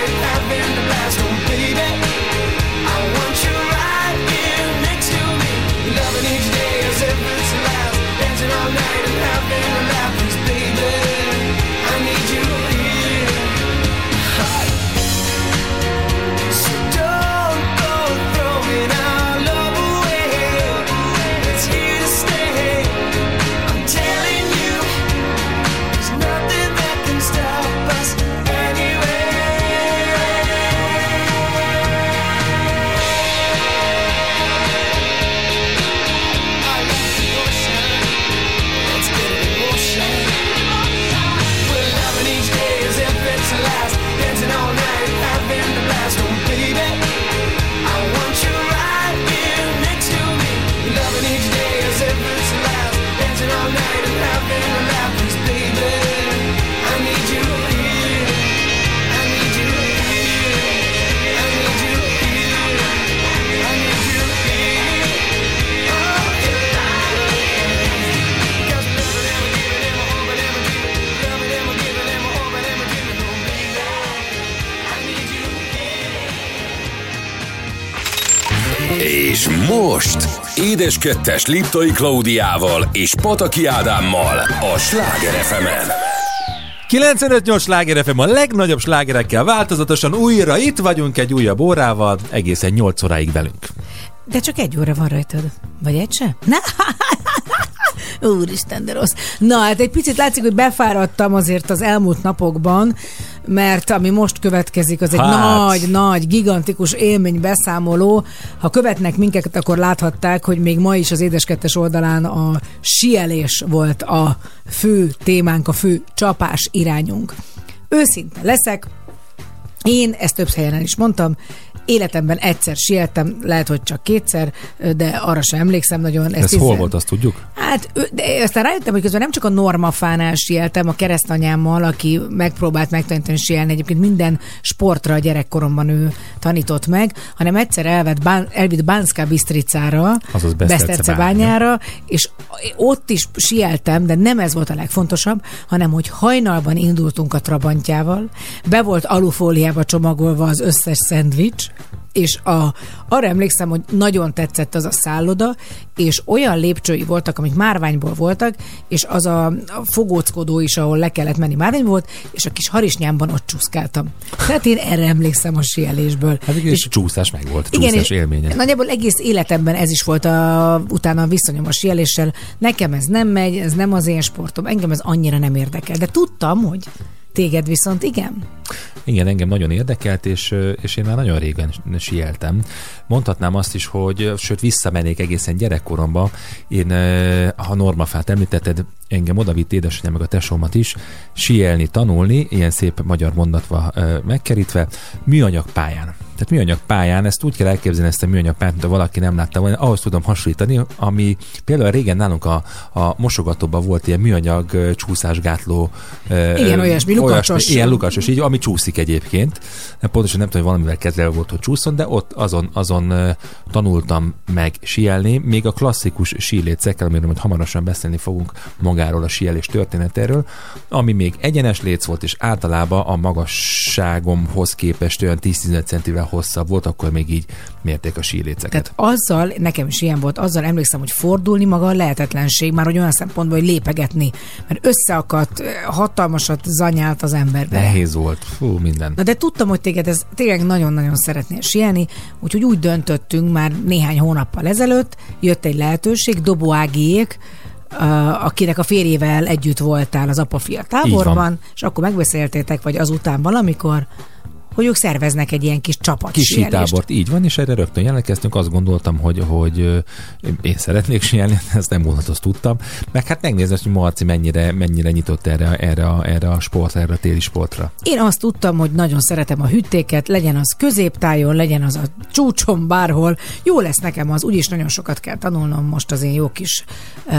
És most Édes Kettes Liptai Klaudiával és Pataki Ádámmal a Sláger ef emen. kilencvenöt nyolc Sláger ef em, a legnagyobb slágerekkel változatosan újra itt vagyunk egy újabb órával, egészen nyolc óráig velünk. De csak egy óra van rajtad. Vagy egy se? Na, úristen, de rossz. Na, hát egy picit látszik, hogy befáradtam azért az elmúlt napokban, mert ami most következik, az egy Hát. nagy, nagy, gigantikus élménybeszámoló. Ha követnek minket, akkor láthatták, hogy még ma is az Édes Kettes oldalán a síelés volt a fő témánk, a fő csapás irányunk. Őszinte leszek, én ezt több helyen el is mondtam, életemben egyszer sieltem, lehet, hogy csak kétszer, de arra sem emlékszem nagyon. Ez hol volt, azt tudjuk? Hát, ő- de aztán rájöttem, hogy közben nem csak a Normafánál sieltem, a keresztanyámmal, aki megpróbált megtanítani sielni, egyébként minden sportra a gyerekkoromban ő tanított meg, hanem egyszer elvett Bán, elvitt Banszka Bistricára, Azaz Besztercebányára, és ott is sieltem, de nem ez volt a legfontosabb, hanem hogy hajnalban indultunk a Trabantjával, be volt alufóliába csomagolva az összes szendvics, és a, arra emlékszem, hogy nagyon tetszett az a szálloda, és olyan lépcsői voltak, amik márványból voltak, és az a, a fogóckodó is, ahol le kellett menni, márvány volt, és a kis harisnyámban ott csúszkáltam. Tehát én erre emlékszem a sielésből. Hát és és csúszás meg volt, igen, csúszás és élménye. nagyjából egész életemben ez is volt a, utána a viszonyom a sieléssel. Nekem ez nem megy, ez nem az én sportom, engem ez annyira nem érdekel. De tudtam, hogy téged viszont igen. Igen, engem nagyon érdekelt, és, és én már nagyon régen sieltem. Mondhatnám azt is, hogy, sőt, visszamennék egészen gyerekkoromba. Én, ha Normafát említetted, engem odavitt édesanyám meg a tesómat is sielni, tanulni, ilyen szép magyar mondatva megkerítve, műanyag pályán. Tehát műanyag pályán, ezt úgy kell elképzelni, ezt a műanyag pályát, mint ha valaki nem látta volna, ahhoz tudom hasonlítani, ami például régen nálunk a, a mosogatóban volt ilyen műanyag csúszásgátló. Igen, olyasmi, lukacsos. Ilyen lukacsos, így, ami csúszik egyébként. Pontosan nem tudom, hogy valamivel kezelve volt, hogy csúszson, de ott azon, azon uh, tanultam meg sielni, még a klasszikus sílécekkel, amiről majd hamarosan beszélni fogunk magáról a sielés történetéről, ami még egyenes léc volt, és általában a magasságomhoz képest olyan tíz-tizenöt centivel hosszabb volt, akkor még így mérték a síléceket. Tehát azzal, nekem is ilyen volt, azzal emlékszem, hogy fordulni maga a lehetetlenség, már hogy olyan szempontból, hogy lépegetni, mert összeakadt, hatalmasat zanyált az emberbe. Nehéz volt, fú, minden. Na de tudtam, hogy téged ez tényleg nagyon-nagyon szeretnél sielni, úgyhogy úgy döntöttünk már néhány hónappal ezelőtt, jött egy lehetőség, Dobó Ágiék, uh, akinek a férjével együtt voltál az apa-fia táborban, és akkor megbeszéltétek, vagy azután valamikor, hogy ők szerveznek egy ilyen kis csapat Kis sielést. sítábort, így van, és erre rögtön jelentkeztünk, azt gondoltam, hogy, hogy ö, én szeretnék sielni, ezt nem múlhat, azt tudtam. Meg hát megnézni, hogy Marci mennyire, mennyire nyitott erre, erre, a, erre a sportra, erre a téli sportra. Én azt tudtam, hogy nagyon szeretem a hüttéket, legyen az középtájon, legyen az a csúcson, bárhol. Jó lesz nekem az, úgyis nagyon sokat kell tanulnom most az én jó kis uh,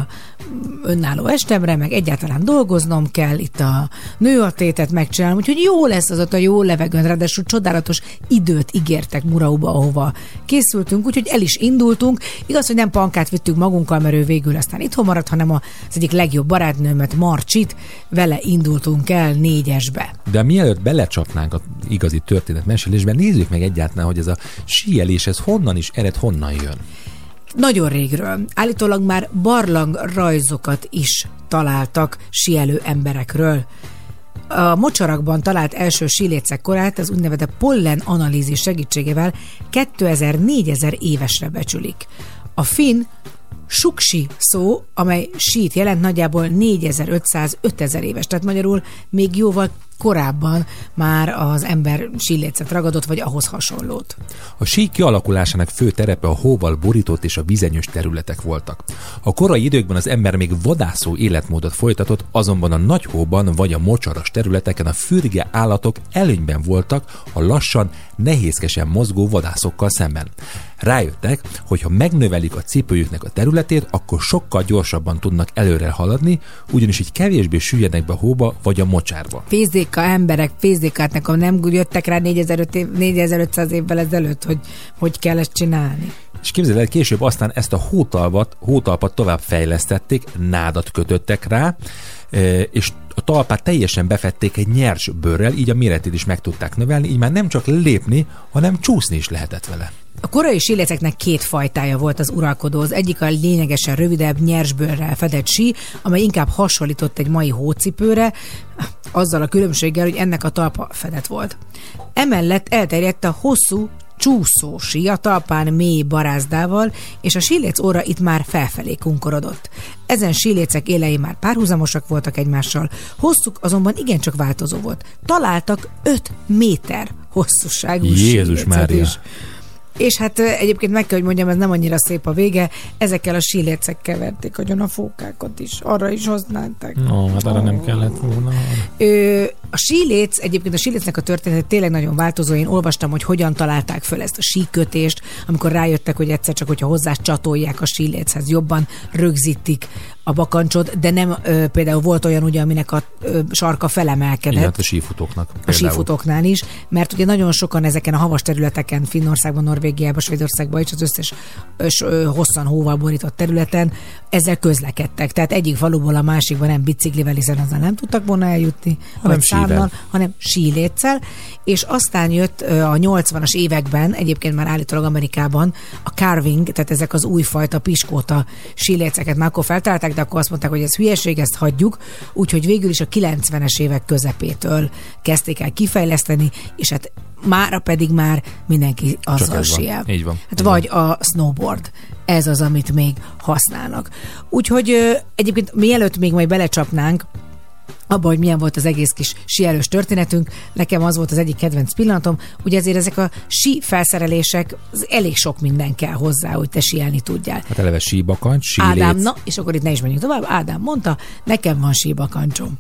önálló estemre, meg egyáltalán dolgoznom kell, itt a nőatétet megcsinálom, úgyhogy jó lesz az ott a jó levegőn, ráadásul csodálatos időt ígértek Murauba, ahova készültünk, úgyhogy el is indultunk. Igaz, hogy nem Pankát vittük magunkkal, mert ő végül aztán itthon maradt, hanem az egyik legjobb barátnőmet, Marcsit, vele indultunk el négyesbe. De mielőtt belecsapnánk az igazi történetmesélésben, nézzük meg egyáltalán, hogy ez a síelés, ez honnan is ered, honnan jön. Nagyon régről. Állítólag már barlangrajzokat is találtak sielő emberekről. A mocsarakban talált első sílécek korát az úgynevezett pollen analízis segítségével kétezer-négyezer évesre becsülik. A finn suksi szó, amely sít jelent, nagyjából négyezer-ötszáz-ötezer éves, tehát magyarul még jóval korábban már az ember sílécet ragadott, vagy ahhoz hasonlót. A sík kialakulásának fő terepe a hóval borított és a vizenyős területek voltak. A korai időkben az ember még vadászó életmódot folytatott, azonban a nagy hóban vagy a mocsaras területeken a fürge állatok előnyben voltak a lassan, nehézkesen mozgó vadászokkal szemben. Rájöttek, hogy ha megnövelik a cipőjüknek a területét, akkor sokkal gyorsabban tudnak előre haladni, ugyanis így kevésbé süllyednek be a hóba vagy a mocsárba. Fészéka emberek, fészékát nekem nem jöttek rá négyezer-ötszáz évvel ezelőtt, hogy hogy kell ezt csinálni. És képzeld el, később aztán ezt a hótalpat, hótalpat tovább fejlesztették, nádat kötöttek rá, és a talpát teljesen befették egy nyers bőrrel, így a méretét is meg tudták növelni, így már nem csak lépni, hanem csúszni is lehetett vele. A korai síléceknek két fajtája volt az uralkodó. Az egyik a lényegesen rövidebb, nyersbőrrel fedett sí, amely inkább hasonlított egy mai hócipőre, azzal a különbséggel, hogy ennek a talpa fedett volt. Emellett elterjedt a hosszú csúszó sí a talpán mély barázdával, és a síléc óra itt már felfelé kunkorodott. Ezen sílécek élei már párhuzamosak voltak egymással, hosszuk azonban igencsak változó volt. Találtak öt méter hosszúságú Jézus sílécet Mária. is. És hát egyébként meg kell, hogy mondjam, ez nem annyira szép a vége, ezekkel a sílécekkel verték agyon a fókákat is, arra is használták. No, hát arra nem kellett volna. Ö, a síléc, egyébként a sílécnek a történet tényleg nagyon változó. Én olvastam, hogy hogyan találták föl ezt a síkötést, amikor rájöttek, hogy egyszer csak, hogyha hozzá csatolják a síléchez, jobban rögzítik a bakancsot, de nem, ö, például volt olyan ugye, aminek a ö, sarka felemelkedett. Igen, a sífutóknak. A sífutóknál is, mert ugye nagyon sokan ezeken a havas területeken, Finnországban, Norvégiában, Svédországban és az összes ös, ö, hosszan hóval borított területen ezzel közlekedtek. Tehát egyik faluból a másikban nem biciklivel, hiszen azzal nem tudtak volna eljutni, Hanem vagy szállal, sível. hanem síléccel, és aztán jött ö, a nyolcvanas években, egyébként már állítólag Amerikában a carving, tehát ezek az újfajta piskóta síléceket már akkor feltalálták, de akkor azt mondták, hogy ez hülyeség, ezt hagyjuk, úgyhogy végül is a kilencvenes évek közepétől kezdték el kifejleszteni, és hát mára pedig már mindenki azzal ez van. síel. Így van. Hát Így vagy a snowboard. Ez az, amit még használnak. Úgyhogy ö, egyébként mielőtt még majd belecsapnánk abba, hogy milyen volt az egész kis síelős történetünk, nekem az volt az egyik kedvenc pillanatom, ugye ezért ezek a sí felszerelések, az elég sok minden kell hozzá, hogy te síelni tudjál. Hát eleve síbakancs, síléc. Ádám, na, és akkor itt ne is menjünk tovább, Ádám mondta, nekem van síbakancsom.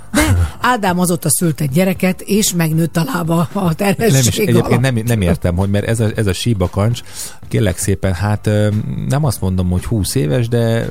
De Ádám azóta szült egy gyereket, és megnőtt a lába a Nem is, terhesség egyébként alatt. nem, nem értem, hogy mert ez a, ez a síbakancs, kérlek szépen, hát ö, nem azt mondom, hogy húsz éves, de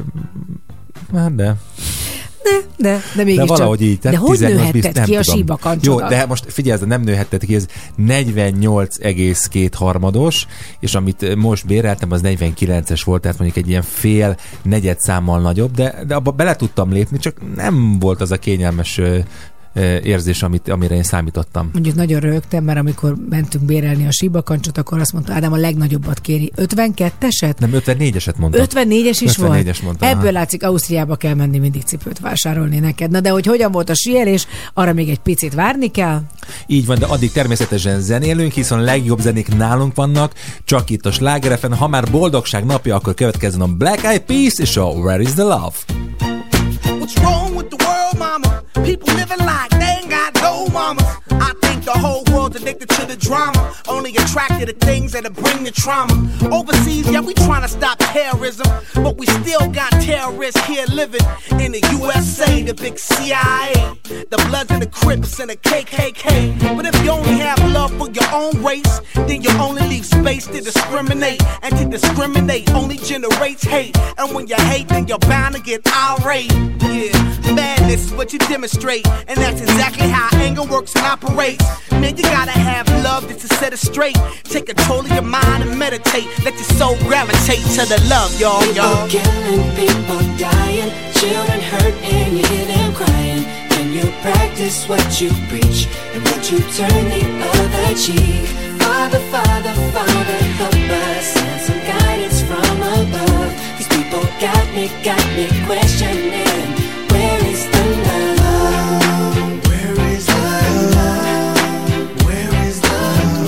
hát de... De, de, de mégis De valahogy így. De hogy nőhetted ki a síbakancsodat? Jó, de most figyelj, nem nőhetted ki, ez negyvennyolc egész két harmados, és amit most béreltem, az negyvenkilences volt, tehát mondjuk egy ilyen fél, negyed számmal nagyobb, de, de abba bele tudtam lépni, csak nem volt az a kényelmes ö, ö, érzés, amit, amire én számítottam. Mondjuk nagyon rögtem, mert amikor mentünk bérelni a síbakancsot, akkor azt mondta, Ádám a legnagyobbat kéri. ötvenketteset? Nem, ötvennégyeset mondtam. ötvennégyes is ötvennégyes volt? mondtam, Ebből aha. látszik, Ausztriába kell menni mindig cipőt vásárolni neked. Na de hogy hogyan volt a síelés, arra még egy picit várni kell. Így van, de addig természetesen zenélünk, hiszen a legjobb zenék nálunk vannak, csak itt a Sláger ef em. Ha már boldogság napja, akkor következzen a Black Eyed Peas és a Where is the Love? What's wrong with the world, mama? People living like they ain't got no mamas. I think the whole world's addicted to the drama, only attracted to things that'll bring the trauma. Overseas, yeah, we trying to stop terrorism, but we still got terrorists here living in the U S A, the big C I A, the Bloods and the Crips and the K K K. But if you only have love for your own race, then you only leave space to discriminate, and to discriminate only generates hate. And when you hate, then you're bound to get irate. Yeah, madness is what you demonstrate, and that's exactly how anger works and operates. Man, you gotta have love just to set it straight. Take control of your mind and meditate. Let your soul gravitate to the love, y'all, y'all. People killing, people dying, children hurt and you hear them crying. Can you practice what you preach and would you turn the other cheek? Father, Father, Father, help us, send some guidance from above. These people got me, got me questioning, where is the love? Where is the love? Where is the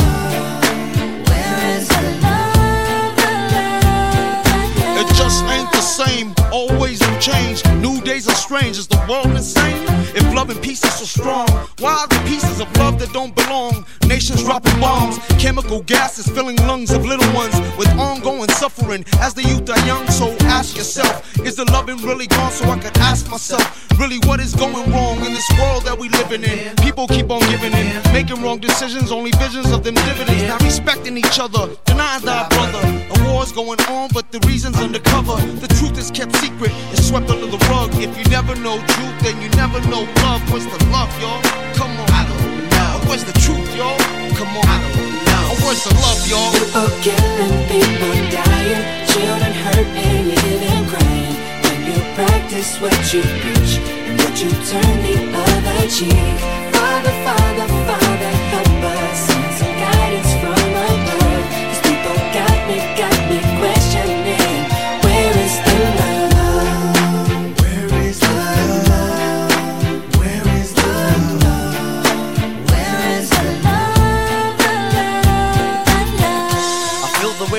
love? Where is the love? The love, the love? It just ain't the same, always new change. New days are strange, is the world insane? If love and peace is so strong, why are there pieces of love that don't belong? Nations dropping bombs, chemical gases filling lungs of little ones with ongoing suffering. As the youth are young, so ask yourself, is the loving really gone? So I could ask myself, really what is going wrong in this world that we living in? People keep on giving in, making wrong decisions, only visions of them dividends. Not respecting each other, denying thy brother. A war's going on, but the reason's undercover. The truth is kept secret, it's swept under the rug. If you never know truth, then you never know love. Where's the love, y'all? Come on. I don't know. Where's the truth, y'all? Come on. I don't know. Where's the love, y'all? People killing, people dying, children hurt and you hear them crying. When you practice what you preach, and would you turn the other cheek? Father, Father, Father, help us, send some guidance from above. These people got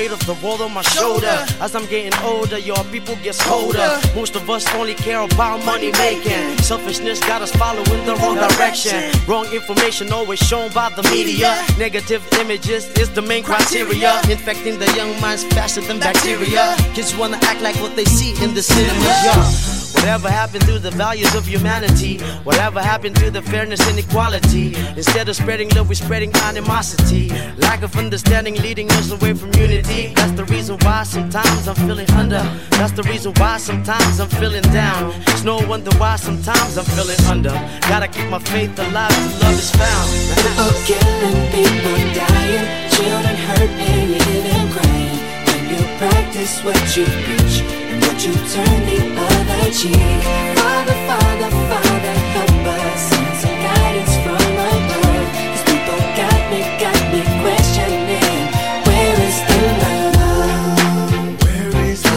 weight of the world on my shoulder. As I'm getting older, your people get colder. Most of us only care about money making. Selfishness got us following the wrong direction. Wrong information always shown by the media. Negative images is the main criteria. Infecting the young minds faster than bacteria. Kids wanna act like what they see in the cinemas, yeah. Whatever happened to the values of humanity? Whatever happened to the fairness and equality? Instead of spreading love, we're spreading animosity. Lack of understanding leading us away from unity. That's the reason why sometimes I'm feeling under. That's the reason why sometimes I'm feeling down. It's no wonder why sometimes I'm feeling under. Gotta keep my faith alive till love is found. People killing, people dying, children hurt and you hear them crying. When you practice what you preach, would you turn the other cheek? Father, Father, Father, help us. Send some guidance from above. These people got me, got me questioning. Where is the love? Where is the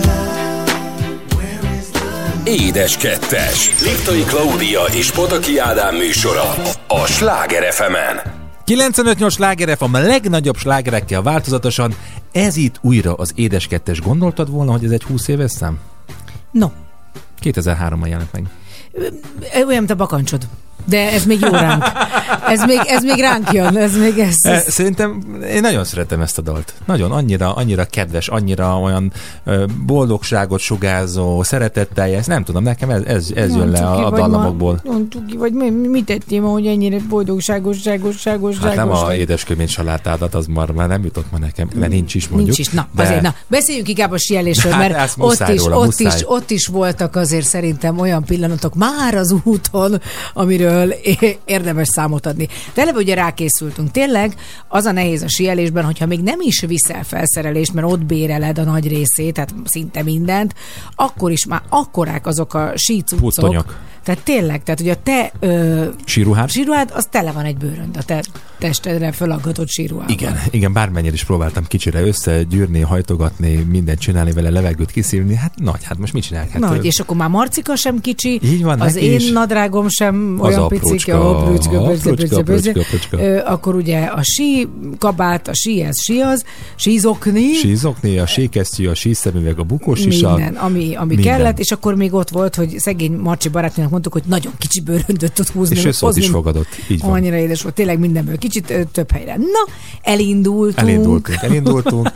love? Where is the love? Édes Kettes. Liptai Klaudia és Pataki Ádám műsora a Sláger ef emen. kilencvenöt nyolc Sláger ef em, a legnagyobb slágerekkel változatosan. Ez itt újra az Édes Kettes. Gondoltad volna, hogy ez egy húsz éves szám? No. kétezer-háromban jelent meg. Olyan, mint a bakancsod. De ez még jó ránk. Ez még, ez még ránk jön. Ez még ez, ez. Szerintem én nagyon szeretem ezt a dalt. Nagyon, annyira, annyira kedves, annyira olyan ö, boldogságot sugárzó, szeretetteljes, nem tudom, nekem ez, ez, ez jön le a, a dallamokból. Nem tuki, vagy mi, mit tettél ma, hogy ennyire boldogságos, ságos, ságos, Hát nem a vagy. édeskömény salátádat, az már, már nem jutott ma nekem, mert nincs is mondjuk. Nincs is, na, de... azért, na, beszéljünk inkább a síelésről, Hát, mert muszáj ott is, róla, ott, muszáj. is, ott is voltak azért szerintem olyan pillanatok már az úton, amiről érdemes számot adni. De eleve ugye rákészültünk. Tényleg az a nehéz a síelésben, hogyha még nem is viszel felszerelést, mert ott béreled a nagy részét, tehát szinte mindent, akkor is már akkorák azok a sícuccok. Puttonyok. Tehát tényleg, tehát ugye a te ö, síruhád? síruhád, az tele van egy bőrönd, a te testedre fölaggatott síruhában. Igen, igen, bármennyire is próbáltam kicsire összegyűrni, hajtogatni, mindent csinálni vele, levegőt kiszívni, hát nagy, hát most mit csinálják? Hát nagy, és akkor már Marcika sem kicsi, így van, az én is. nadrágom sem Az olyan aprócska, picike, aprócska, aprócska, aprócska, aprócska. akkor ugye a sí kabát, a sí ez, sí az, sízokni, sízokni, a síkesztyű, a síszemüveg, a bukós sisak. minden, ami, ami minden. kellett, és akkor még ott volt, hogy szegény Marcsi barátjának mondtuk, hogy nagyon kicsi bőröndöt tud húzni. És ő szót is fogadott, így van. Annyira édes volt, tényleg mindenből kicsit ö, több helyre. Na, elindultunk. Elindultunk, elindultunk.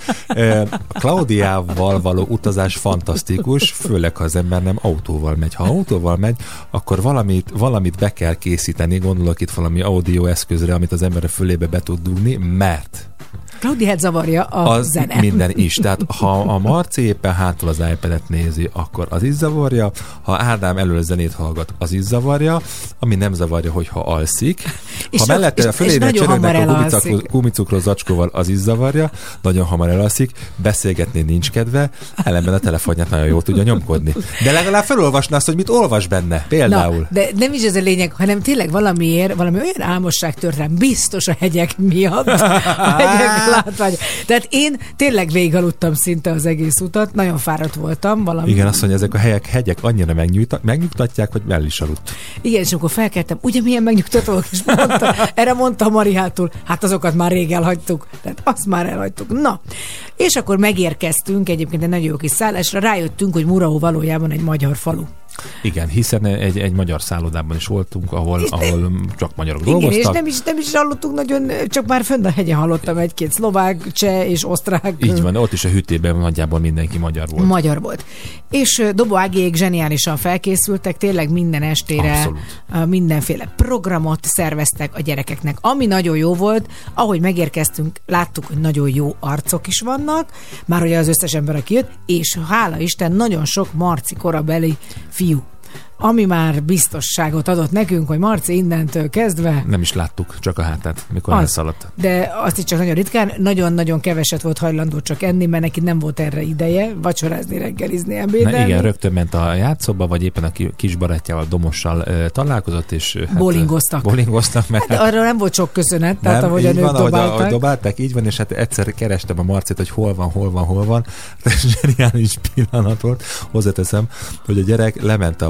A Klaudiával való utazás fantasztikus, főleg ha az ember nem autóval megy. Ha autóval megy, akkor valamit, valamit be kell készíteni, gondolok itt valami audio eszközre, amit az ember a fülébe be tud dugni, mert Klaudiát zavarja a az zene. minden is. Tehát ha a Marci éppen hátul az iPad-et nézi, akkor az is zavarja. Ha Ádám elől zenét hallgat, az is zavarja. Ami nem zavarja, hogyha alszik. És ha mellette a fölére csörögnek a gumicukros zacskóval, az is zavarja. Nagyon hamar elalszik. Beszélgetni nincs kedve. Ellenben a telefonját nagyon jól tudja nyomkodni. De legalább felolvasná azt, hogy mit olvas benne. Például. Na, de nem is ez a lényeg, hanem tényleg valamiért, valami olyan álmosság tört rám, biztos a hegyek miatt. A hegyek látvány. Tehát én tényleg végigaludtam szinte az egész utat, nagyon fáradt voltam. Valami... Igen, azt mondja, ezek a helyek, hegyek annyira megnyugtat, megnyugtatják, hogy el is aludt. Igen, és amikor felkeltem, ugye milyen megnyugtatóak, és mondta, erre mondta Mari hátul, hát azokat már rég elhagytuk. Tehát azt már elhagytuk. Na, és akkor megérkeztünk egyébként egy nagyon jó kis szállásra, rájöttünk, hogy Muraó valójában egy magyar falu. Igen, hiszen egy, egy magyar szállodában is voltunk, ahol, ahol csak magyarok igen, dolgoztak. És nem is, nem is hallottunk nagyon, csak már fönn a hegyen hallottam egy-két szlovák, cseh és osztrák. Így van, ott is a hűtében nagyjából mindenki magyar volt. Magyar volt. És Dobó Ágiék zseniálisan felkészültek, tényleg minden estére abszolút. Mindenféle programot szerveztek a gyerekeknek. Ami nagyon jó volt, ahogy megérkeztünk, láttuk, hogy nagyon jó arcok is vannak, már ugye az összes ember, aki jött, és hála Isten, nagyon sok Marci korabeli fiú, ami már biztosságot adott nekünk, hogy Marci innentől kezdve... Nem is láttuk, csak a hátát, mikor az, elszaladt. De azt is csak nagyon ritkán, nagyon-nagyon keveset volt hajlandó csak enni, mert neki nem volt erre ideje, vacsorázni, reggelizni, ebédelni. Na igen, rögtön ment a játszóba, vagy éppen a kis barátjával, Domossal uh, találkozott, és... Hát, bowlingoztak. Bowlingoztak, mert... Hát arra nem volt sok köszönet, tehát nem, ahogy a nők van, dobálták. Ahogy, ahogy dobálták, így van, és hát egyszer kerestem a Marcit, hogy hol van, hol van, hol van. Ez zseniális pillanat volt. Hozzáteszem, hogy a gyerek lement a bowlingba,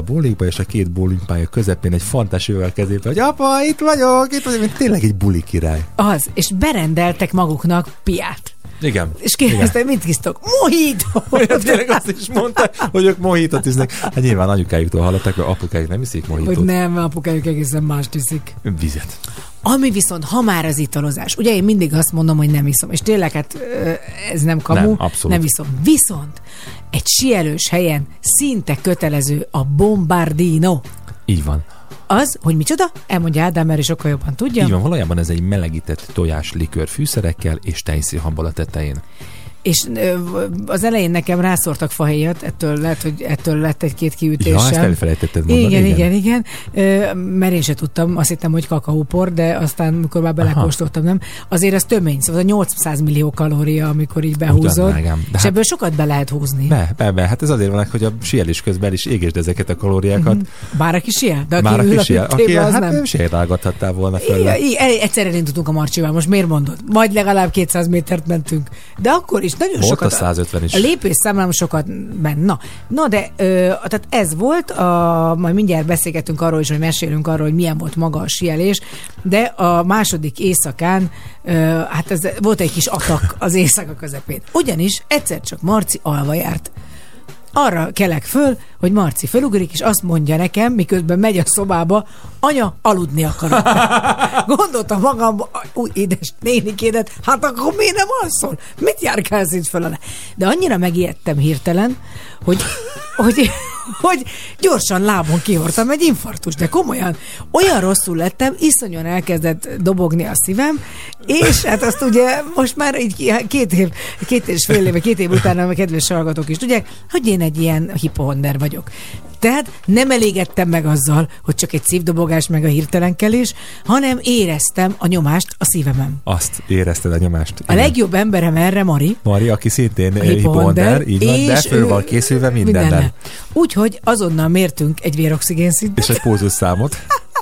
apa és a két bowlingpálya közepén egy fantás jövel kezébe, hogy apa, itt vagyok, itt vagyok, mint tényleg egy buli király. Az, és berendeltek maguknak piát. Igen. És kérdeztem, mit isztok? Mojito! Olyan tényleg azt is mondta, hogy ők mojitot isznek. Hát nyilván anyukájuktól hallották, hogy apukájuk nem iszik mojitot. Hogy nem, apukájuk egészen mást iszik. Vizet. Ami viszont, ha már az italozás, ugye én mindig azt mondom, hogy nem iszom, és tényleg hát ez nem kamu, Nem, abszolút. nem iszom. Viszont egy síelős helyen szinte kötelező a bombardino. Így van. Az, hogy micsoda? Elmondja Ádám, mert is sokkal jobban tudja. Így van, valójában ez egy melegített tojás likőr fűszerekkel és tejszínhambal a tetején. És ö, az elején nekem rászórtak fahéjat, ettől lehet, hogy ettől lett egy-két kiütésem. Ja, ezt elfelejtetted mondani. Igen, igen, igen. igen. Ö, mert én se tudtam, azt hittem, hogy kakaópor, de aztán, amikor már belekóstoltam, nem. Azért az tömény, szóval nyolcszáz millió kalória, amikor így behúzod. És hát, ebből sokat be lehet húzni. Be, be, be. Hát ez azért van, hogy a síelés közben is égésd ezeket a kalóriákat. Mm-hmm. Bár aki siel? De aki Bár aki siel, aki az hát nem. sérálgathattál volna föl. Egyszer elindultunk a Marcsival, most miért mondod? Majd legalább kétszáz métert mentünk. De akkor is nagyon volt sokat. A százötven is. A lépésszámlám sokat ment. Na, na de ö, tehát ez volt, a, majd mindjárt beszélgetünk arról is, hogy mesélünk arról, hogy milyen volt maga a síelés, de a második éjszakán ö, hát ez volt egy kis atak az éjszaka közepén. Ugyanis egyszer csak Marci alva járt. Arra kelek föl, hogy Marci fölugrik, és azt mondja nekem, miközben megy a szobába, anya, aludni akarok. Gondoltam magamba, új, édes nénikédet, hát akkor miért nem alszol? Mit járkálsz itt föl alá? De annyira megijedtem hirtelen, hogy, hogy, hogy gyorsan lábon kihortam egy infarktus, de komolyan, olyan rosszul lettem, iszonyan elkezdett dobogni a szívem, és hát azt ugye most már így két év, két és fél éve, két év után a kedves hallgatók is tudják, hogy én egy ilyen hipohonder vagyok. Tehát nem elégedtem meg azzal, hogy csak egy szívdobogás meg a hirtelenkelés, hanem éreztem a nyomást a szívemen. Azt érezted a nyomást. A igen. legjobb emberem erre Mari. Mari, aki szintén hipohonder, így van, de föl van készülve mindennel. mindennel. Úgyhogy azonnal mértünk egy véroxigénszintet. És egy pózusszámot.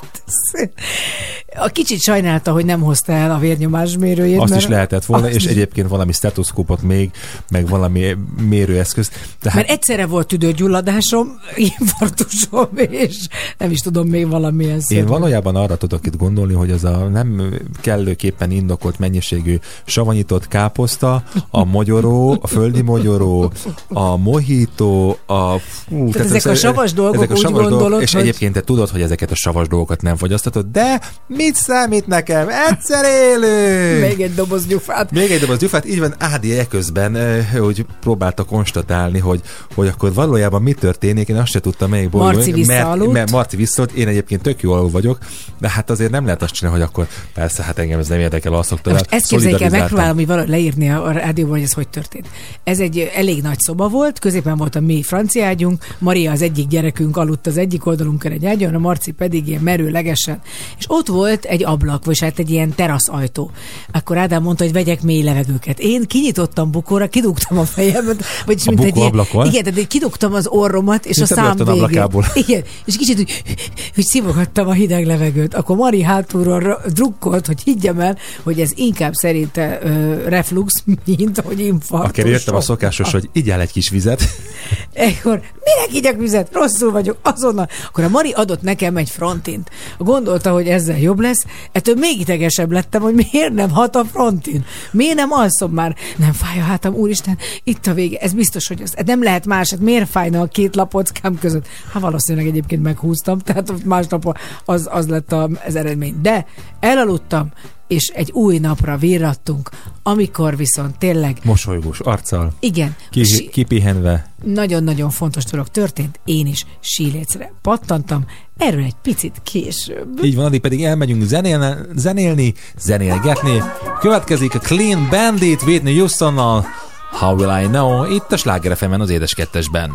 A kicsit sajnálta, hogy nem hozta el a vérnyomásmérőjét. Azt is lehetett volna, és is. egyébként valami stetoszkópot még, meg valami mérőeszköz. Tehát... Mert egyszerre volt tüdőgyulladásom, infarktusom, és nem is tudom, még valamilyen szó. Én valójában arra tudok itt gondolni, hogy az a nem kellőképpen indokolt mennyiségű savanyított káposzta, a mogyoró, a földi mogyoró, a mojito, a... Fú, tehát ezek a savas dolgok, ezek a savas úgy gondolod, dolgok, és hogy... egyébként te tudod, hogy ezeket a savas dolgokat nem fogyasztatod, de mit számít nekem? Egyszer élő! Még egy doboz gyufát. Még egy doboz gyufát, így van, Ádi eközben, hogy próbálta konstatálni, hogy, hogy akkor valójában mi történik, én azt se tudtam melyik bolygón. Marci visszaaludt. Mert, mert Marci visszaaludt, én egyébként tök jól alul vagyok, de hát azért nem lehet azt csinálni, hogy akkor persze, hát engem ez nem érdekel, alszok tovább. Most ezt képzeljük el, megpróbálom hogy valahogy leírni a rádióban, hogy ez hogy történt. Ez egy elég nagy szoba volt, középen volt a mi francia ágyunk, Maria az egyik gyerekünk aludt az egyik oldalunkon egy ágyon, a Marci pedig ilyen merőlegesen. És ott volt egy ablak, vagy hát egy ilyen teraszajtó. Akkor Ádám mondta, hogy vegyek mély levegőket. Én kinyitottam bukóra, kidugtam a fejemet, vagyis a mint egy ilyen, van? igen, tehát kidugtam az orromat, és mint a szám végén. Igen, és kicsit úgy, hogy szívogattam a hideg levegőt. Akkor Mari hátulról drukkolt, hogy higgyem el, hogy ez inkább szerinte uh, reflux, mint hogy infarktus. Akkor értem a szokásos, hogy igyál egy kis vizet. Ekkor, minek igyak vizet? Rosszul vagyok, azonnal. Akkor a Mari adott nekem egy frontint. Gondolta, hogy ezzel jobb lesz, ettől még idegesebb lettem, hogy miért nem hat a frontin. Miért nem alszom már? Nem fáj a hátam, úristen, itt a vége. Ez biztos, hogy az. Nem lehet más, hát miért fájna a két lapockám között? Hát valószínűleg egyébként meghúztam, tehát másnap az, az lett a, az eredmény. De elaludtam, és egy új napra virrattunk, amikor viszont tényleg... Mosolygós arccal. Igen. Ki, sí, kipihenve. Nagyon-nagyon fontos dolog történt, én is sílécre pattantam, erről egy picit később. Így van, addig pedig elmegyünk zenélni, zenélni zenélgetni. Következik a Clean Bandit Whitney Houstonnal, How Will I Know, itt a Sláger ef emen az Édes Kettesben.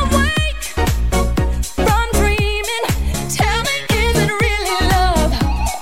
From dreaming, tell me, is it really love?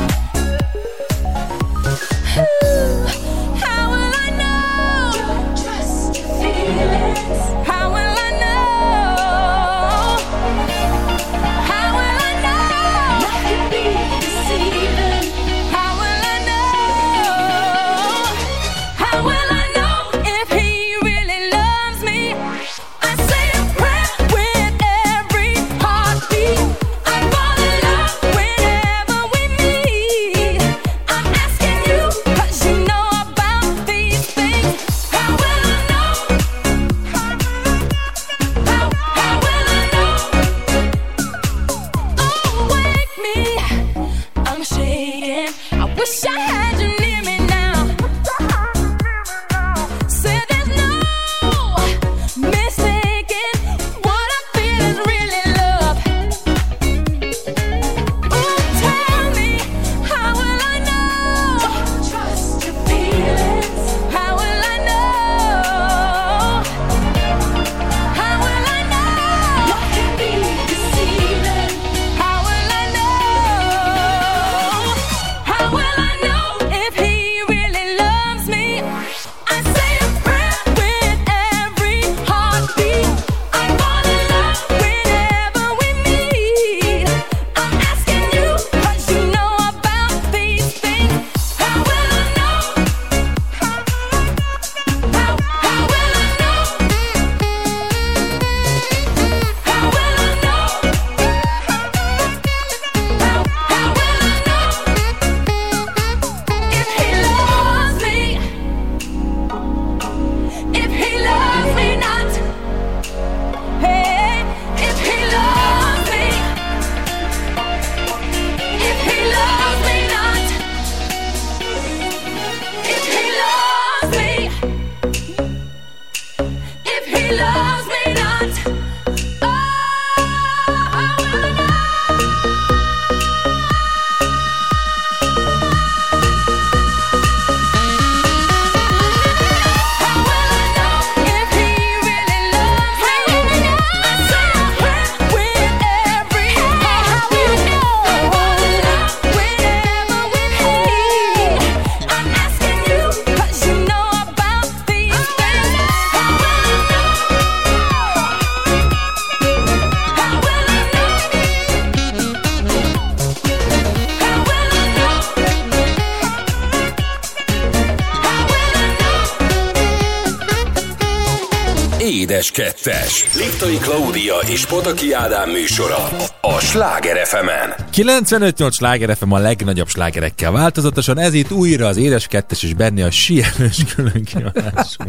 Édes Kettes. Liptai Klaudia és Pataki Ádám műsora a Sláger ef emen. kilencvenöt nyolc Sláger ef em a legnagyobb slágerekkel változatosan. Ez itt újra az Édes Kettes és benne a síelős különkiadásunk.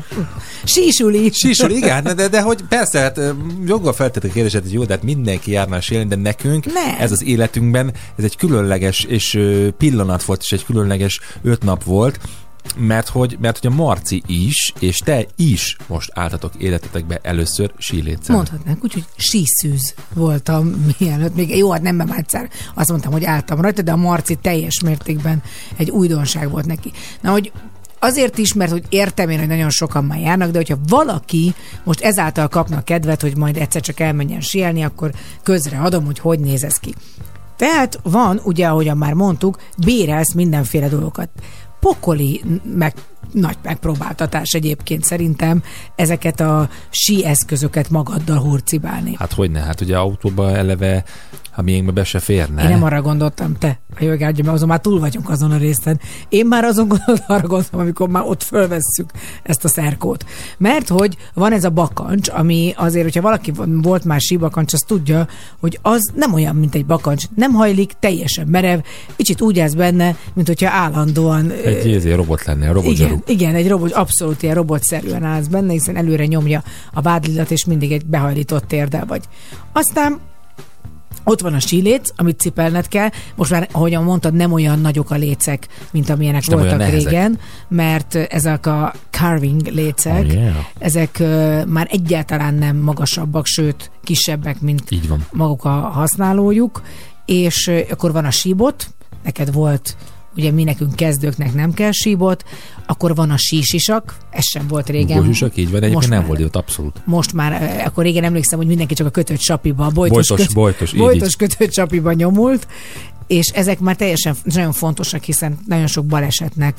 Sísuli. Sísuli, igen, de, de hogy persze, hát joggal feltettek a kérdéset, hogy jó, de hát mindenki járna a síelni, de nekünk Nem. ez az életünkben, ez egy különleges és pillanat volt, és egy különleges öt nap volt, mert hogy, mert hogy a Marci is, és te is most álltatok életetekbe először sílécen. Mondhatnánk úgy, hogy síszűz voltam mielőtt. Még jó, hát nem nem egyszer azt mondtam, hogy álltam rajta, de a Marci teljes mértékben egy újdonság volt neki. Na, hogy azért is, mert hogy értem én, hogy nagyon sokan már járnak, de hogyha valaki most ezáltal kapna kedvet, hogy majd egyszer csak elmenjen síelni, akkor közre adom, hogy hogy néz ez ki. Tehát van, ugye, ahogyan már mondtuk, bérelsz mindenféle dolgokat. Pokoli meg, nagy megpróbáltatás egyébként szerintem ezeket a sí eszközöket magaddal hurcibálni. Hát hogyne, hát ugye autóba eleve, ha miénkbe be se férne. Én nem arra gondoltam, te, a jövőgádja, mert azon már túl vagyunk azon a részen. Én már azon gondoltam, arra gondoltam, amikor már ott fölvesszük ezt a szerkót. Mert hogy van ez a bakancs, ami azért, hogyha valaki volt már síbakancs, az tudja, hogy az nem olyan, mint egy bakancs. Nem hajlik, teljesen merev, kicsit úgy állsz benne, mint hogyha állandóan... Egy ézé robot lenne, a robotzsarú. Igen, igen, egy robot, abszolút ilyen robotszerűen állsz benne, hiszen előre nyomja a vádlidat, és mindig egy behajlított térdel vagy. Aztán ott van a síléc, amit cipelned kell. Most már, ahogyan mondtad, nem olyan nagyok a lécek, mint amilyenek és voltak régen, mert ezek a carving lécek, oh, yeah. ezek uh, már egyáltalán nem magasabbak, sőt kisebbek, mint így van. maguk a használójuk, és uh, akkor van a síbot, neked volt, ugye mi nekünk kezdőknek nem kell síbot, akkor van a sísisak, ez sem volt régen. Bojsisak, így van, egyébként nem már, volt ott abszolút. Most már, akkor régen emlékszem, hogy mindenki csak a kötött sapiba, a bojtos, bojtos, köt, bojtos, bojtos kötött sapiba nyomult, és ezek már teljesen nagyon fontosak, hiszen nagyon sok balesetnek,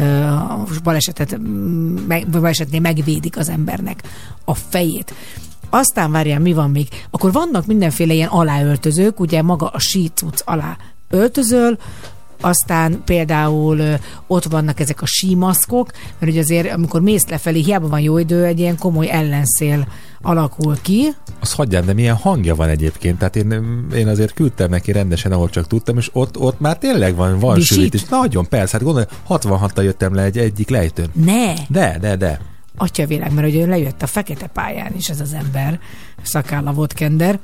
balesetet, balesetnél megvédik az embernek a fejét. Aztán várjál, mi van még? Akkor vannak mindenféle ilyen aláöltözők, ugye maga a sícuc alá öltözöl, aztán például ö, ott vannak ezek a símaszkok, mert ugye azért, amikor mész lefelé, hiába van jó idő, egy ilyen komoly ellenszél alakul ki. Azt hagyján, de milyen hangja van egyébként, tehát én, én azért küldtem neki rendesen, ahol csak tudtam, és ott, ott már tényleg van, van sűrítés. Nagyon, persze, hát gondolj, hatvanhattal jöttem le egy egyik lejtőn. Ne! De, de, de. Atyavilág, mert ugye lejött a fekete pályán is ez az ember, szakálla volt kender,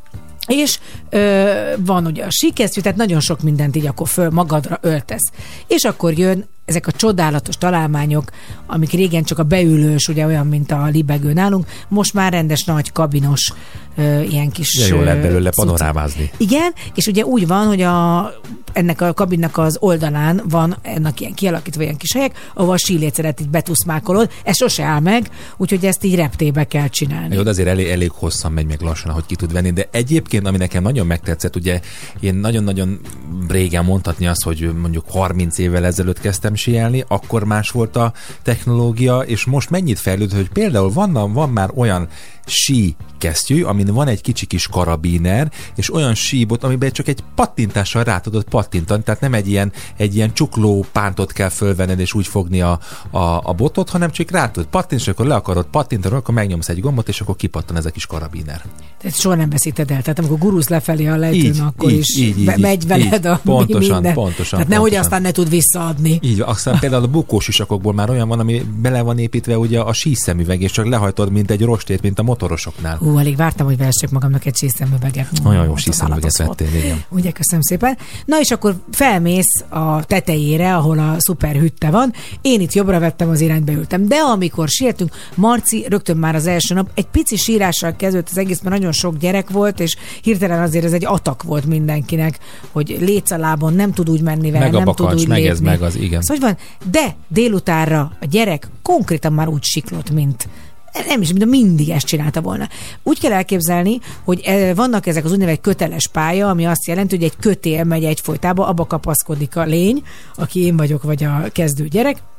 és ö, van ugye a síkesztyű, tehát nagyon sok mindent így akkor föl magadra öltesz. És akkor jön ezek a csodálatos találmányok, amik régen csak a beülős, ugye olyan, mint a libegő nálunk, most már rendes nagy kabinos ö, ilyen kis... Ja, jól lehet belőle cucc. panorámázni. Igen, és ugye úgy van, hogy a, ennek a kabinnak az oldalán van ennek ilyen kialakítva ilyen kis helyek, ahol a síléceret így betuszmákolod, ez sose áll meg, úgyhogy ezt így reptébe kell csinálni. Jó, de azért elég, elég hosszan megy meg lassan, ahogy ki tud venni, de egyébként, ami nekem nagyon megtetszett, ugye én nagyon-nagyon régen mondhatni azt, hogy mondjuk harminc évvel ezelőtt kezdtem síelni, akkor más volt a technológia, és most mennyit fejlődött, hogy például van, van már olyan sí kesztyű, amin van egy kicsi kis karabiner, és olyan síbot, amiben csak egy pattintással rá tudod pattintani, tehát nem egy ilyen, egy ilyen csukló pántot kell fölvenned, és úgy fogni a, a, a botot, hanem csak rá tudod pattintani, és akkor le akarod pattintani, akkor megnyomsz egy gombot, és akkor kipattan ez a kis karabiner. Tehát soha nem veszíted el. Tehát amikor gurulsz lefelé a lejtőn, így, akkor így, is így, így, megy veled így, a pontosan, minden. Pontosan, Tehát nehogy pontosan. aztán ne tud visszaadni. Így van, aztán például a bukós sisakokból már olyan van, ami bele van építve ugye a síszemüveg, és csak lehajtod, mint egy rostét, mint a motorosoknál. Hú, alig vártam, hogy vessek magamnak egy síszemüveget. Olyan jó síszemüveget vettél, igen. Ugye, köszönöm szépen. Na és akkor felmész a tetejére, ahol a szuper hütte van. Én itt jobbra vettem, az irányba ültem. De amikor sietünk, Marci rögtön már az első nap egy pici sírással kezdődött az egész, mert nagyon sok gyerek volt, és hirtelen azért ez egy atak volt mindenkinek, hogy létsz a lábon, nem tud úgy menni vele, meg nem a tud úgy meg lépni. Ez meg az, igen. Szóval van, de délutánra a gyerek konkrétan már úgy siklott, mint nem is, mint mindig ezt csinálta volna. Úgy kell elképzelni, hogy vannak ezek az úgynevezett köteles pálya, ami azt jelenti, hogy egy kötél megy egyfolytában, abba kapaszkodik a lény, aki én vagyok, vagy a kezdő gyerek,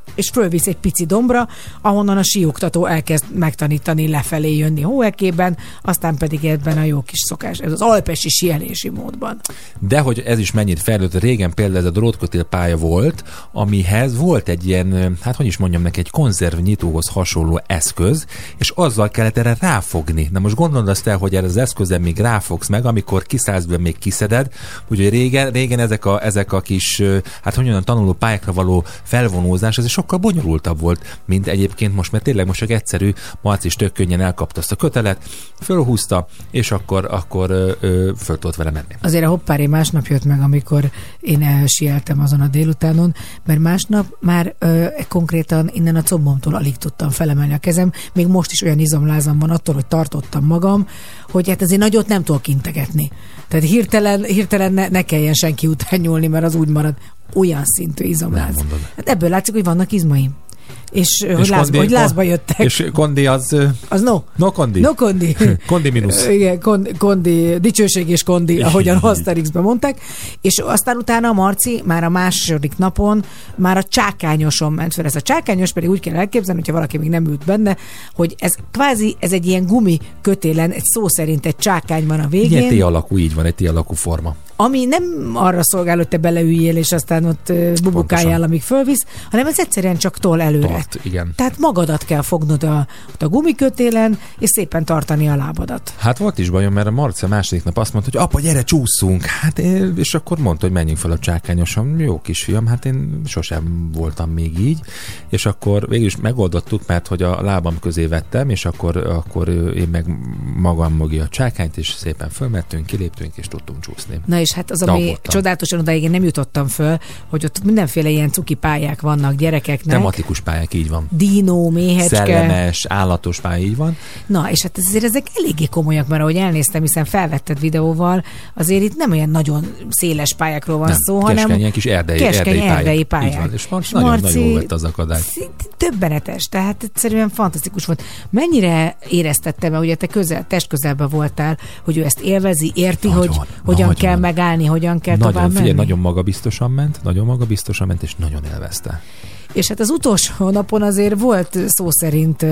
és fölvisz egy pici dombra, ahonnan a síoktató elkezd megtanítani lefelé jönni hóekében, aztán pedig ebben a jó kis szokás, ez az alpesi síelési módban. De hogy ez is mennyit fejlődött, régen például ez a drótkötél pálya volt, amihez volt egy ilyen, hát hogy is mondjam neki, egy konzervnyitóhoz hasonló eszköz, és azzal kellett erre ráfogni. Na most gondold azt el, hogy erre az eszközzel még ráfogsz meg, amikor kiszállsz be, még kiszeded. Úgyhogy régen, régen ezek, a, ezek a kis, hát hogy mondjam, tanuló pályákra való felvonózás, ez sokkal bonyolultabb volt, mint egyébként most, mert tényleg most csak egyszerű, Marci is tök könnyen elkapta azt a kötelet, fölhúzta, és akkor, akkor ö, ö, föl tudott vele menni. Azért a hoppári másnap jött meg, amikor én elsieltem azon a délutánon, mert másnap már ö, konkrétan innen a combomtól alig tudtam felemelni a kezem, még most is olyan izomlázam van attól, hogy tartottam magam, hogy hát azért nagyot nem tudok integetni. Tehát hirtelen, hirtelen ne, ne kelljen senki után nyúlni, mert az úgy marad. Olyan szintű izomláz. Hát ebből látszik, hogy vannak izmaim. És, és hogy, lázba, hogy lázba jöttek. És kondi az... Az no. No kondi. No kondi. Kondi mínusz. Igen, kondi, kondi, dicsőség és kondi, ahogyan Asterixben mondták. És aztán utána a Marci már a második napon már a csákányoson ment fel. Ez a csákányos pedig úgy kell elképzelni, hogyha valaki még nem ült benne, hogy ez kvázi, ez egy ilyen gumi kötélen, egy szó szerint egy csákány van a végén. Ilyen T-alakú, így van, egy T-alakú forma. Ami nem arra szolgál, hogy te beleüljél, és aztán ott bubukáljál, amíg fölvisz, hanem ez egyszerűen csak tol előre. Tart, igen. Tehát magadat kell fognod a, a gumikötélen, és szépen tartani a lábadat. Hát volt is bajom, mert a Marci a második nap azt mondta, hogy apa, gyere, csúszunk. Hát, és akkor mondta, hogy menjünk fel a csákányosan. Jó kisfiam, hát én sosem voltam még így. És akkor végül is megoldottuk, mert hogy a lábam közé vettem, és akkor, akkor én meg magam mögé a csákányt, és szépen fölmettünk, kiléptünk, és tudtunk csúszni. Na és hát az, ami csodálatosan odáig én nem jutottam föl, hogy ott mindenféle ilyen cuki pályák vannak gyerekeknek. Tematikus pályák, így van. Dínó, méhecske. Szellemes, állatos pálya, így van. Na, és hát azért ezek eléggé komolyak, mert ahogy elnéztem, hiszen felvetted videóval, azért itt nem olyan nagyon széles pályákról van nem, szó, keskeny, hanem ilyen kis erdei, keskeny erdei, erdei pályák. pályák. És, és nagyon, Marci, nagyon jó lett az akadály. Többenetes, tehát egyszerűen fantasztikus volt. Mennyire éreztettem, mert ugye te közel, testközelben voltál, hogy ő ezt élvezi, érti, nagyon, hogy hogyan nagyon. kell megállni, hogyan kell nagyon, tovább figyelj, menni? nagyon magabiztosan ment, nagyon magabiztosan ment, és nagyon élvezte. És hát az utolsó napon azért volt szó szerint,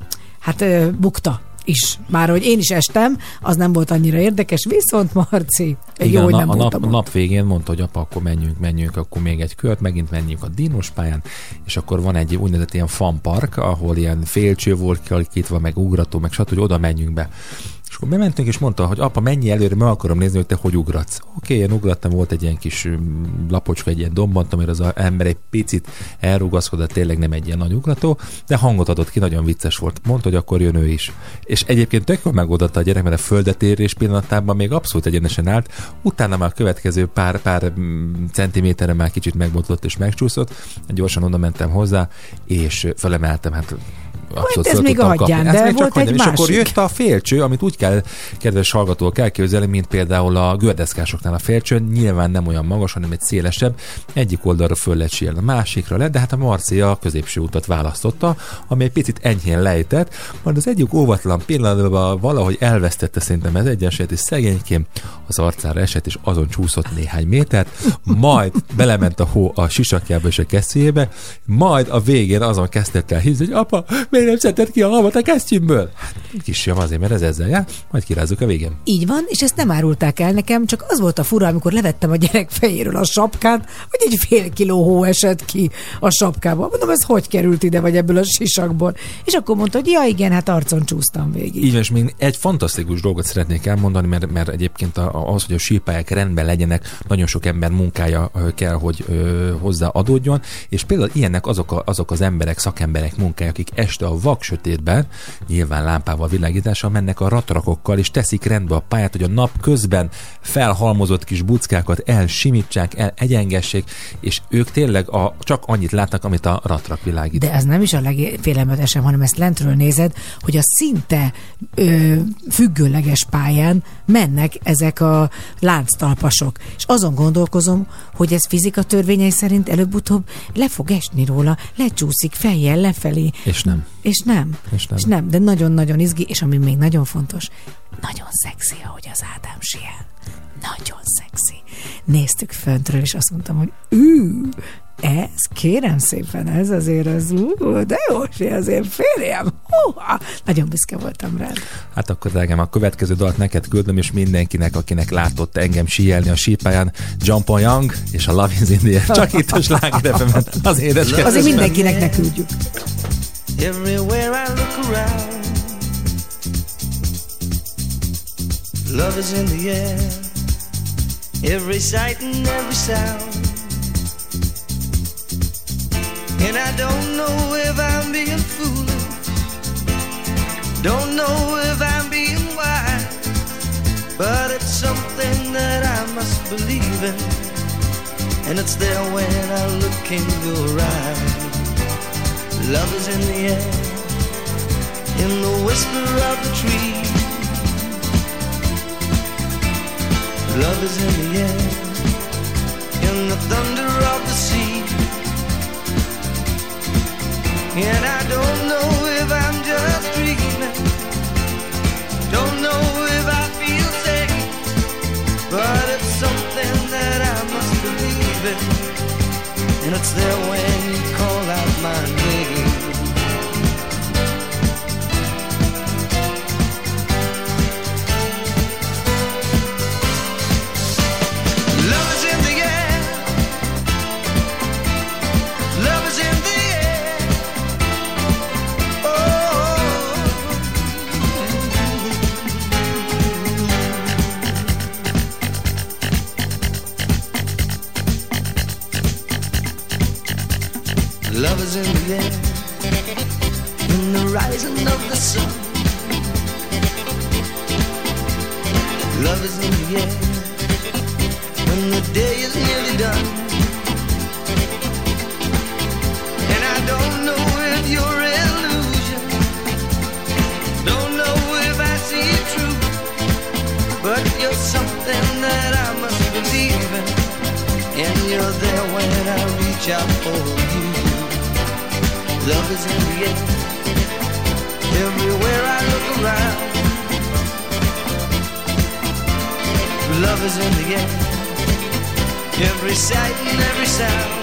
hát bukta is. Már hogy én is estem, az nem volt annyira érdekes, viszont Marci, egy igen, jó, hogy a, nem a, nap, voltam a nap végén mondta, hogy apa, akkor menjünk, menjünk, akkor még egy kört, megint menjünk a dínos pályán, és akkor van egy úgynevezett ilyen fanpark, ahol ilyen félcső volt kialakítva, meg ugrató, meg stb., hogy oda menjünk be. És akkor bementünk, és mondta, hogy apa, menj előre, meg akarom nézni, hogy te hogy ugratsz. Oké, én ugrattam, volt egy ilyen kis lapocska, egy ilyen dombant, amire az ember egy picit elrugaszkodott, tényleg nem egy ilyen nagy ugrató, de hangot adott ki, nagyon vicces volt. Mondta, hogy akkor jön ő is. És egyébként tök jól megoldotta a gyerek, mert a földet érés pillanatában még abszolút egyenesen állt, utána már a következő pár, pár centiméterre már kicsit megbotlott és megcsúszott. Gyorsan oda mentem hozzá, és fölemeltem, hát abszolút ez még a hagyján, de még volt egy és másik. akkor jött a félcső, amit úgy kell, kedves hallgatók, elképzelni, mint például a gördeszkásoknál a félcső, nyilván nem olyan magas, hanem egy szélesebb. Egyik oldalra föl lehet síelni, a másikra le, de hát a Marci a középső utat választotta, ami egy picit enyhén lejtett, majd az egyik óvatlan pillanatban valahogy elvesztette szerintem ez egyensúlyt, és szegénykém az arcára esett, és azon csúszott néhány métert, majd belement a hó a sisakjába és a kesztyűjébe, majd a végén azon kezdett el hízni, hogy apa, miért nem szedted ki a halmat a kesztyűmből? Hát kisfiam, azért, mert ez ezzel jár, majd kirázzuk a végén. Így van, és ezt nem árulták el nekem, csak az volt a fura, amikor levettem a gyerek fejéről a sapkát, hogy egy fél kiló hó esett ki a sapkába. Mondom, ez hogy került ide, vagy ebből a sisakból? És akkor mondta, hogy ja igen, hát arcon csúsztam végig. Így van, és még egy fantasztikus dolgot szeretnék elmondani, mert, mert egyébként az, hogy a sípályák rendben legyenek, nagyon sok ember munkája kell, hogy ö, hozzá adódjon, és például ilyenek azok, a, azok az emberek, szakemberek munkája, akik este a vak sötétben, nyilván lámpával, világítással mennek a ratrakokkal, és teszik rendbe a pályát, hogy a nap közben felhalmozott kis buckákat elsimítsák, elegyengessék, és ők tényleg a, csak annyit látnak, amit a ratrak világít. De ez nem is a legfélelmetesebb, hanem ezt lentről nézed, hogy a szinte ö, függőleges pályán mennek ezek a lánctalpasok. És azon gondolkozom, hogy ez fizika törvényei szerint előbb-utóbb le fog esni róla, lecsúszik fejjel lefelé. És nem. És nem. És nem. És nem, de nagyon-nagyon izgi, és ami még nagyon fontos, nagyon szexi, ahogy az Ádám siel. Nagyon szexi. Néztük föntről, és azt mondtam, hogy ű, ez, kérem szépen, ez azért az, ú, de jó, az én férjem. Húha, nagyon büszke voltam rád. Hát akkor drágám, a következő dalt neked küldöm, és mindenkinek, akinek látott engem síelni a sípályán, Jump on Young és a Love is in the Air. Csak itt a Sláger ef emen, az édeskedvesben. Azért mindenkinek ne küldjük. Everywhere I look around, love is in the air. Every sight and every sound. And I don't know if I'm being foolish, don't know if I'm being wise, but it's something that I must believe in, and it's there when I look in your eyes. Love is in the air, in the whisper of the tree. Love is in the air, in the thunder of the sea. And I don't know if I'm just dreaming, don't know if I feel safe, but it's something that I must believe in, and it's there when you call out my name. Love is in the air, love is in the air. Oh, love is in the air, in the rising of the sun. Love is in the air, when the day is nearly done. And I don't know if you're illusion, don't know if I see it true, but you're something that I must believe in, and you're there when I reach out for you. Love is in the air, everywhere I look around. Love is in the air, every sight and every sound.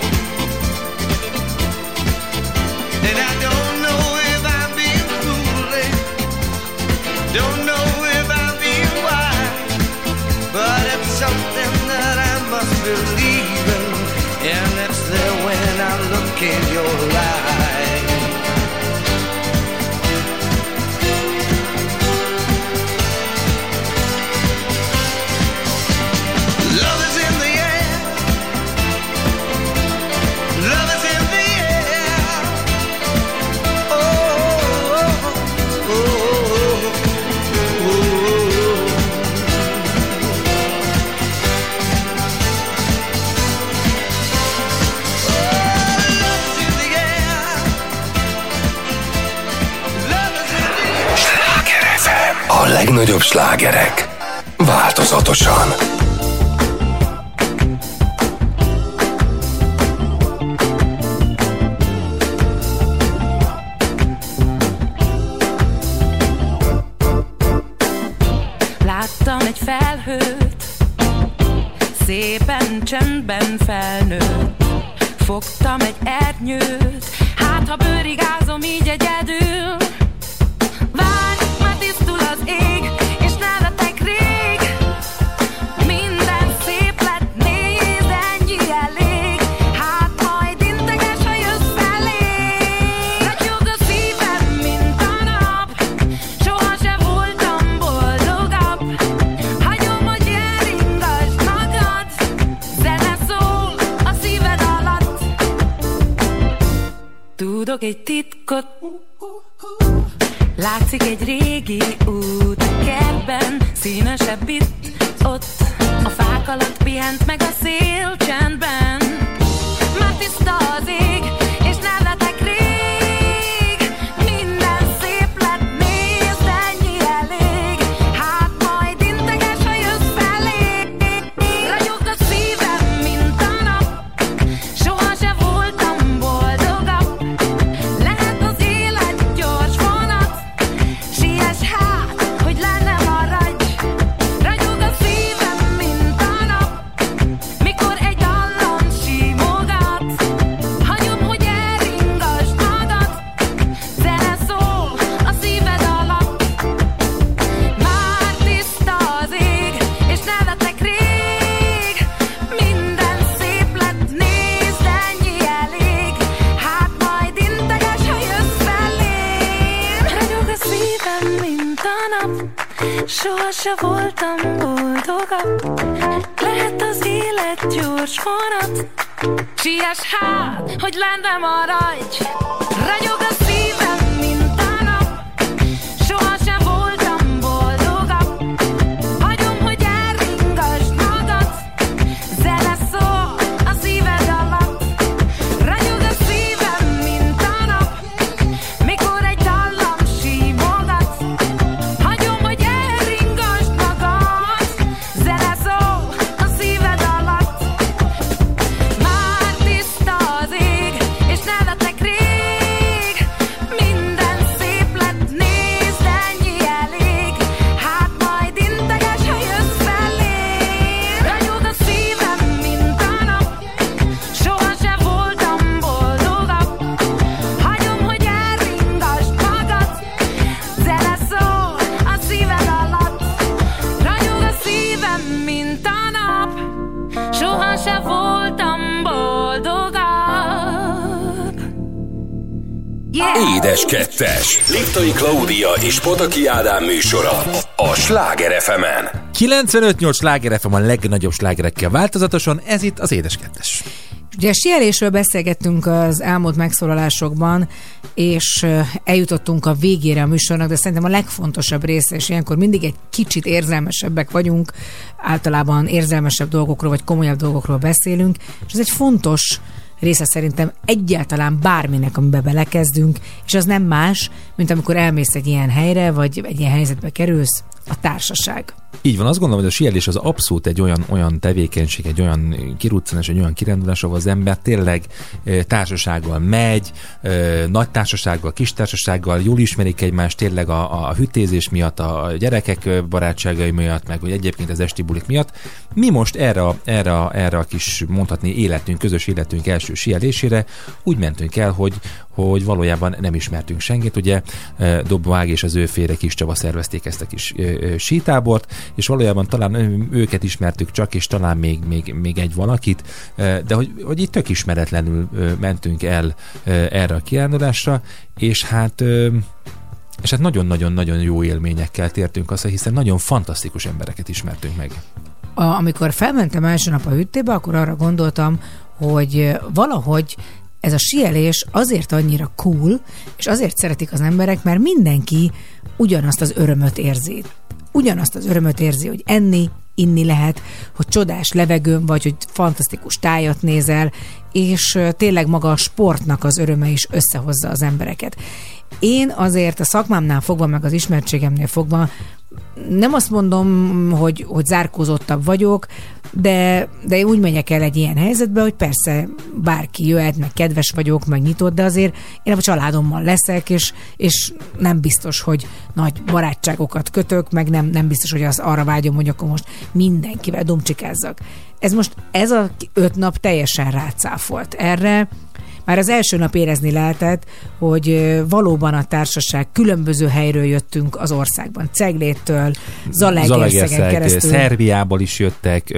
And I don't know if I'm being foolish, don't know if I'm being wise, but it's something that I must believe in, and it's there when I look in your eyes. Love is in the air, love is in the air. Oh, oh, oh, oh, oh. Love is in the air, love is in the air. Sláger ef em. A legnagyobb slágerek változatosan. Láttam egy felhőt, szépen csendben felnőtt. Fogtam egy ernyőt, hát ha bőrigázom így egyedül. Várj, már tisztul az ég, és nevetek rég. Minden szép lett, nézd, ennyi elég. Hát majd integes, ha jössz elég. Ragyog a szívem, mint a nap, soha se voltam boldogabb. Hagyom, hogy elringasd magad, zene szól a szíved alatt. Tudok egy titkot, látszik egy régi út, kertben színesebb itt-ott. A fák alatt pihent meg a szél csendben. Már tiszta az ég, és nevetek rég. Minden szép lett, nézd, ennyi elég. Hát majd integes, ha jössz elég. Ragyog a szívem, mint a nap, soha se voltam boldogabb. Lehet az élet gyors, Soha se voltam boldogabb. Lehet az élet gyors vonat. Siess hát, hogy lenne maradj. Ragyog a szívem, mint a nap. Soha se voltam boldogabb. Hagyom, hogy elringasd magad. Zene szól a szíved alatt. Ragyog a szívem, mint a nap. Mikor egy dallam símogat. Hagyom, hogy elringasd magad. Zene szól a szíved alatt. Már tiszta az ég, és nevetek rég. Minden szép lett, nézd, ennyi elég. Hát majd integes, ha jössz felém. Ragyog a szívem, mint a nap. Soha se voltam boldogabb. Hagyom, hogy elringasd magad. Zene szól a szíved alatt. Ragyog a szívem, mint a nap. Soha se voltam boldogabb. Yeah! Édes kettes. Liptai Klaudia és Pataki Ádám műsora a Sláger ef emen. kilencvenöt nyolc Sláger ef em a legnagyobb slágerekkel változatosan, ez itt az Édes kettes. Ugye a síelésről beszélgettünk az elmúlt megszólalásokban, és eljutottunk a végére a műsornak, de szerintem a legfontosabb része, és ilyenkor mindig egy kicsit érzelmesebbek vagyunk, általában érzelmesebb dolgokról, vagy komolyabb dolgokról beszélünk, és ez egy fontos része szerintem egyáltalán bárminek, amiben belekezdünk, és az nem más, mint amikor elmész egy ilyen helyre, vagy egy ilyen helyzetbe kerülsz, a társaság. Így van, azt gondolom, hogy a síelés az abszolút egy olyan, olyan tevékenység, egy olyan kiruccanás, egy olyan kirándulás, ahol az ember tényleg e, társasággal megy, e, nagy társasággal, kis társasággal, jól ismerik egymást tényleg a, a hütézés miatt, a gyerekek barátságai miatt, meg hogy egyébként az esti bulik miatt. Mi most erre, erre, erre a kis, mondhatni, életünk, közös életünk első síelésére úgy mentünk el, hogy, hogy valójában nem ismertünk senkit. Ugye Dobó Ág és az ő férje Kis Csaba szervezték ezt a kis sítábort, és valójában talán őket ismertük csak, és talán még, még, még egy valakit, de hogy, hogy itt tök ismeretlenül mentünk el erre a kirándulásra, és hát és hát nagyon-nagyon-nagyon jó élményekkel tértünk haza, hiszen nagyon fantasztikus embereket ismertünk meg. A, amikor felmentem első nap a hüttébe, akkor arra gondoltam, hogy valahogy ez a síelés azért annyira cool, és azért szeretik az emberek, mert mindenki ugyanazt az örömöt érzi. Ugyanazt az örömöt érzi, hogy enni, inni lehet, hogy csodás levegőn vagy, hogy fantasztikus tájat nézel, és tényleg maga a sportnak az öröme is összehozza az embereket. Én azért a szakmámnál fogva, meg az ismertségemnél fogva nem azt mondom, hogy, hogy zárkózottabb vagyok, de, de én úgy megyek el egy ilyen helyzetbe, hogy persze bárki jöhet, meg kedves vagyok, meg nyitott, de azért én a családommal leszek, és, és nem biztos, hogy nagy barátságokat kötök, meg nem, nem biztos, hogy az arra vágyom, hogy akkor most mindenkivel domcsikázzak. Ez most, ez a öt nap teljesen rácáfolt erre. Már az első nap érezni lehetett, hogy valóban a társaság különböző helyről jöttünk az országban. Cegléttől, Zalaegerszegen keresztül. Szerbiából is jöttek,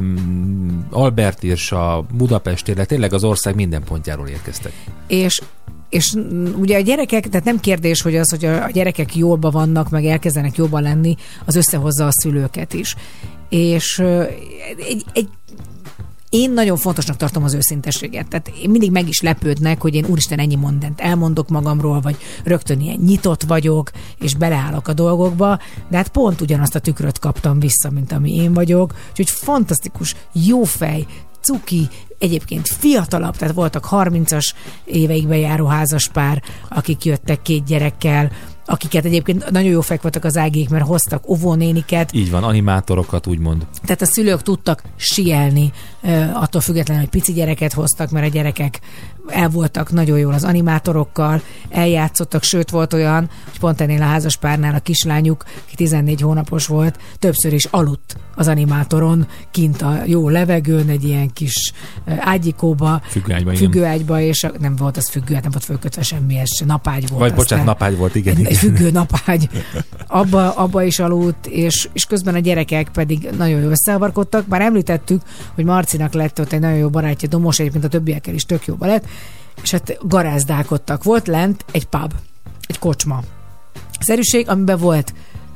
Albertirsa, Budapestére, tényleg az ország minden pontjáról érkeztek. És És ugye a gyerekek, tehát nem kérdés, hogy az, hogy a gyerekek jobban vannak, meg elkezdenek jobban lenni, az összehozza a szülőket is. És egy, egy én nagyon fontosnak tartom az őszintességet. Tehát én mindig meg is lepődnek, hogy én úristen ennyi mindent elmondok magamról, vagy rögtön ilyen nyitott vagyok, és beleállok a dolgokba, de hát pont ugyanazt a tükröt kaptam vissza, mint ami én vagyok. Úgyhogy fantasztikus, jó fej, cuki, egyébként fiatalabb, tehát voltak harmincas éveikben járó házaspár, akik jöttek két gyerekkel, akiket egyébként nagyon jó fejek voltak az Ágék, mert hoztak óvónéniket. Így van, animátorokat úgymond. Tehát a szülők tudtak síelni, attól függetlenül, hogy pici gyereket hoztak, mert a gyerekek el voltak nagyon jól az animátorokkal, eljátszottak, sőt volt olyan, hogy pont ennél a házaspárnál a kislányuk, aki tizennégy hónapos volt, többször is aludt az animátoron, kint a jó levegőn, egy ilyen kis ágyikóba, függőágyba, függőágyba, és a, nem volt az függő, nem volt fölkötve semmi, ez napágy volt. Vagy bocsánat, napágy volt, igen. Egy függő napágy. Abba, abba is aludt, és, és közben a gyerekek pedig nagyon jól összeavarkodtak. Már említettük, hogy Marcinak lett ott egy nagyon jó barátja, Domos, egyébként a többiekkel is tök jóba lett, és hát garázdálkodtak. Volt lent egy pub, egy kocsma. Szerűség, amiben volt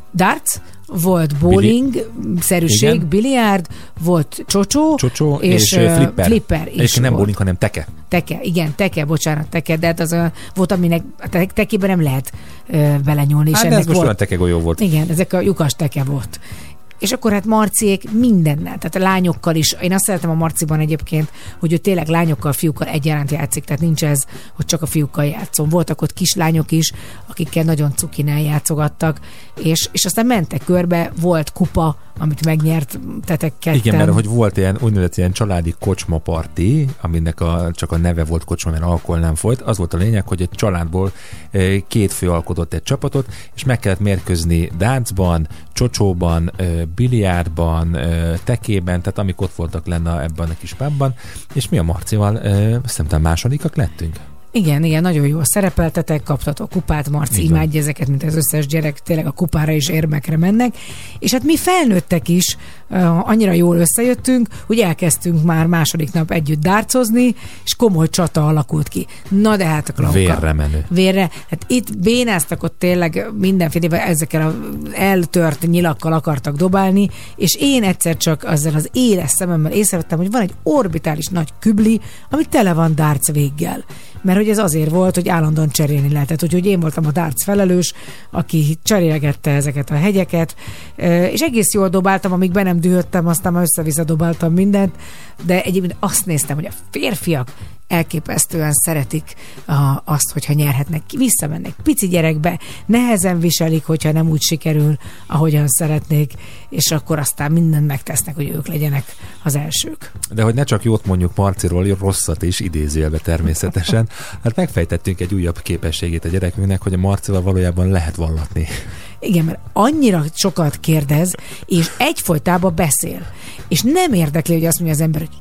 darts, volt bowling-szerűség, Igen. biliárd, volt csocsó, Csocsó és, és, és flipper. flipper is És nem volt. bowling, hanem teke. Teke, igen, teke, bocsánat, teke, de hát az a, volt, aminek a te- tekében nem lehet ö, belenyúlni. És Hát de ennek ez most volt, olyan tekegolyó volt. igen, ezek a lyukas teke volt. És akkor hát Marciék mindennel, tehát a lányokkal is. Én azt szeretem a Marciban egyébként, hogy ő tényleg lányokkal, fiúkkal egyaránt játszik, tehát nincs ez, hogy csak a fiúkkal játszom. Voltak ott kislányok is, akikkel nagyon cukinál játszogattak, és, és aztán mentek körbe, volt kupa, amit megnyert tetek ketten. Igen, mert hogy volt ilyen úgynevezett ilyen családi kocsmaparti, aminek a, csak a neve volt kocsma, mert alkohol nem folyt. Az volt a lényeg, hogy egy családból eh, két fő alkotott egy csapatot, és meg kellett mérkőzni dácban, csocsóban, eh, biliárdban, eh, tekében, tehát amik ott voltak lenne ebben a kis pubban, és mi a Marcival eh, szerintem másodikak lettünk. Igen, igen, nagyon jól szerepeltetek, kaptatok kupát, Marci Igen. imádja ezeket, mint az összes gyerek, tényleg a kupára is érmekre mennek, és hát mi felnőttek is uh, annyira jól összejöttünk, hogy elkezdtünk már második nap együtt dárcozni, és komoly csata alakult ki. Na de hát a Klauka. Vérre menő. Vérre. Hát itt bénáztak, ott tényleg mindenféle ezekkel az eltört nyilakkal akartak dobálni, és én egyszer csak azzal az éles szememmel észrevettem, hogy van egy orbitális nagy kübli, ami tele van darts véggel. Mert hogy ez azért volt, hogy állandóan cserélni lehetett. Úgyhogy én voltam a darts felelős, aki cserélgette ezeket a hegyeket, és egész jól dobáltam, amíg be nem dühöttem, aztán már össze-vissza dobáltam mindent, de egyébként azt néztem, hogy a férfiak elképesztően szeretik a, azt, hogyha nyerhetnek ki, visszamennek pici gyerekbe, nehezen viselik, hogyha nem úgy sikerül, ahogyan szeretnék, és akkor aztán mindent megtesznek, hogy ők legyenek az elsők. De hogy ne csak jót mondjuk Marciról, rosszat is idézőjelbe természetesen, hát megfejtettünk egy újabb képességét a gyerekünknek, hogy a Marcival valójában lehet vallatni. Igen, mert annyira sokat kérdez, és egyfolytában beszél. És nem érdekli, hogy azt mondja az ember, hogy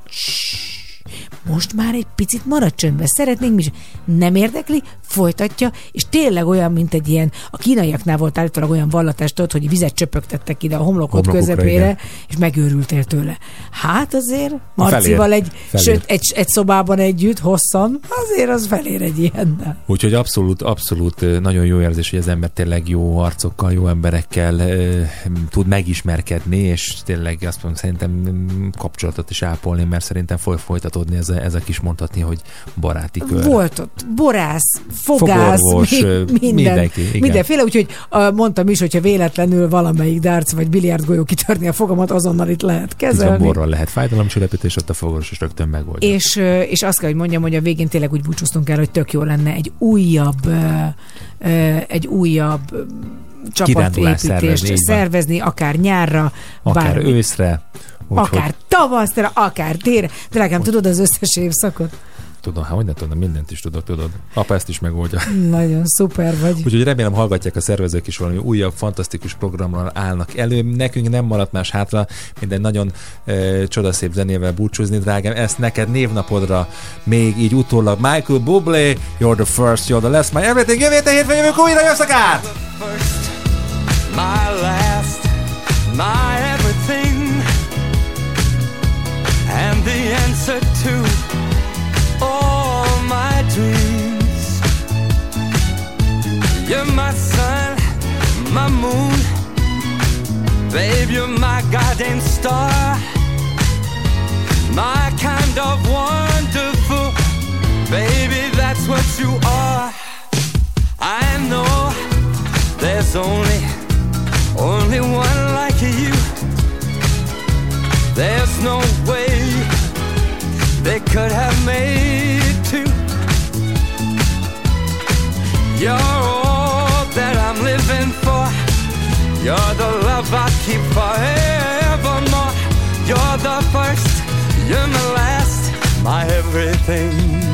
most már egy picit maradj csöndben, szeretnénk mi is. Nem érdekli, folytatja, és tényleg olyan, mint egy ilyen, a kínaiaknál volt állítólag olyan vallatás, tudod, hogy vizet csöpögtettek ide a homlokod Homlokukra, közepére, igen. és megőrültél tőle. Hát azért Marcival egy, Felér. sőt, egy, egy szobában együtt, hosszan, azért az felér egy ilyennel. Úgyhogy abszolút, abszolút nagyon jó érzés, hogy az ember tényleg jó arcokkal, jó emberekkel e, tud megismerkedni, és tényleg azt mondom, szerintem kapcsolatot is ápolni, mert szerintem foly folytatódni ez a, ez a kis mondhatni, hogy baráti kör. Volt ott borász, fogász, Fogorvos, mi, minden, mindenki, igen. mindenféle, úgyhogy uh, mondtam is, hogyha véletlenül valamelyik darts vagy biliárdgolyó kitörni a fogamat, azonnal itt lehet Bizony kezelni. borral lehet fájdalomcsillapítés, ott a fogorvos is rögtön megoldja. És, uh, és azt kell, hogy mondjam, hogy a végén tényleg úgy búcsúztunk el, hogy tök jó lenne egy újabb uh, uh, egy újabb uh, Kirándulás csapatépítést szervezni, így van. szervezni, akár nyárra, Akár bármi. őszre. Úgyhogy Akár tavaszra, akár térre. Drágám, tudod az összes évszakot? tudom, hát hogy ne tudom, mindent is tudok, tudod. Apa ezt is megoldja. Nagyon szuper vagy. Úgyhogy remélem hallgatják a szervezők is valami újabb, fantasztikus programmal állnak elő. Nekünk nem maradt más hátra, minden nagyon e, csodaszép zenével búcsúzni, drágám. Ezt neked névnapodra még így utólag. Michael Bublé, you're the first, you're the last, my everything. Jövő héten hétfőn jövünk újra, jössz át! First, my last, my everything, and the answer to all my dreams. You're my sun, my moon, babe, you're my guiding star, my kind of wonderful, baby, that's what you are. I know there's only, only one like you. There's no way they could have made two. You're all that I'm living for. You're the love I keep forevermore. You're the first, you're my last, my everything.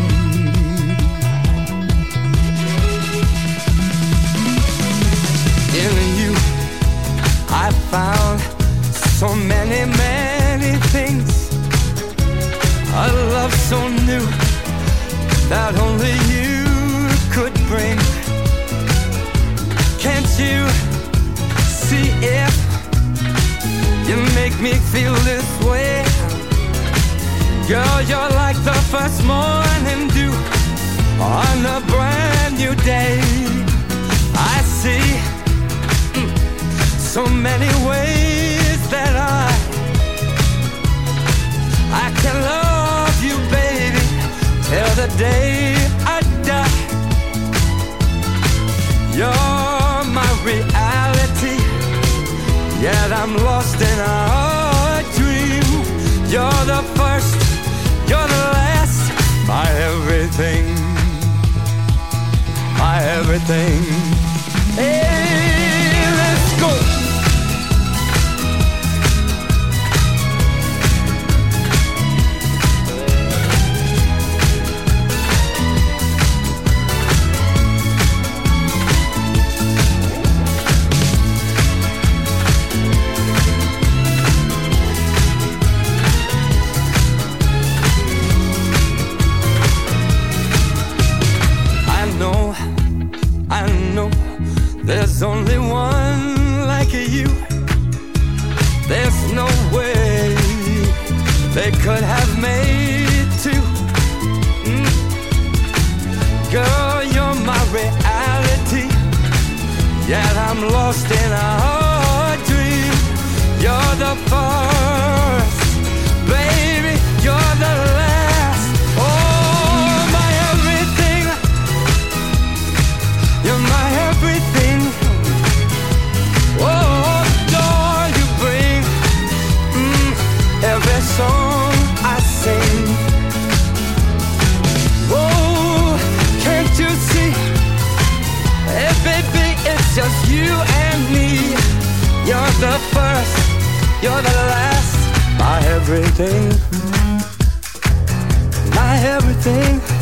In you I found so many, many things. A love so new that only you could bring. Can't you see if you make me feel this way? Girl, you're like the first morning dew on a brand new day. I see so many ways that I I can love you, baby, till the day I die. You're my reality, yet I'm lost in a dream. You're the first, you're the last, my everything, my everything. Hey, let's go. There's only one like you. There's no way they could have made two. Mm. Girl, you're my reality, yet I'm lost in a dream. You're the first, baby, you're the last. Oh, my everything, you're my everything. Oh, joy you bring, mm, every song I sing. Oh, can't you see? Hey, baby, it's just you and me. You're the first, you're the last, my everything, my everything.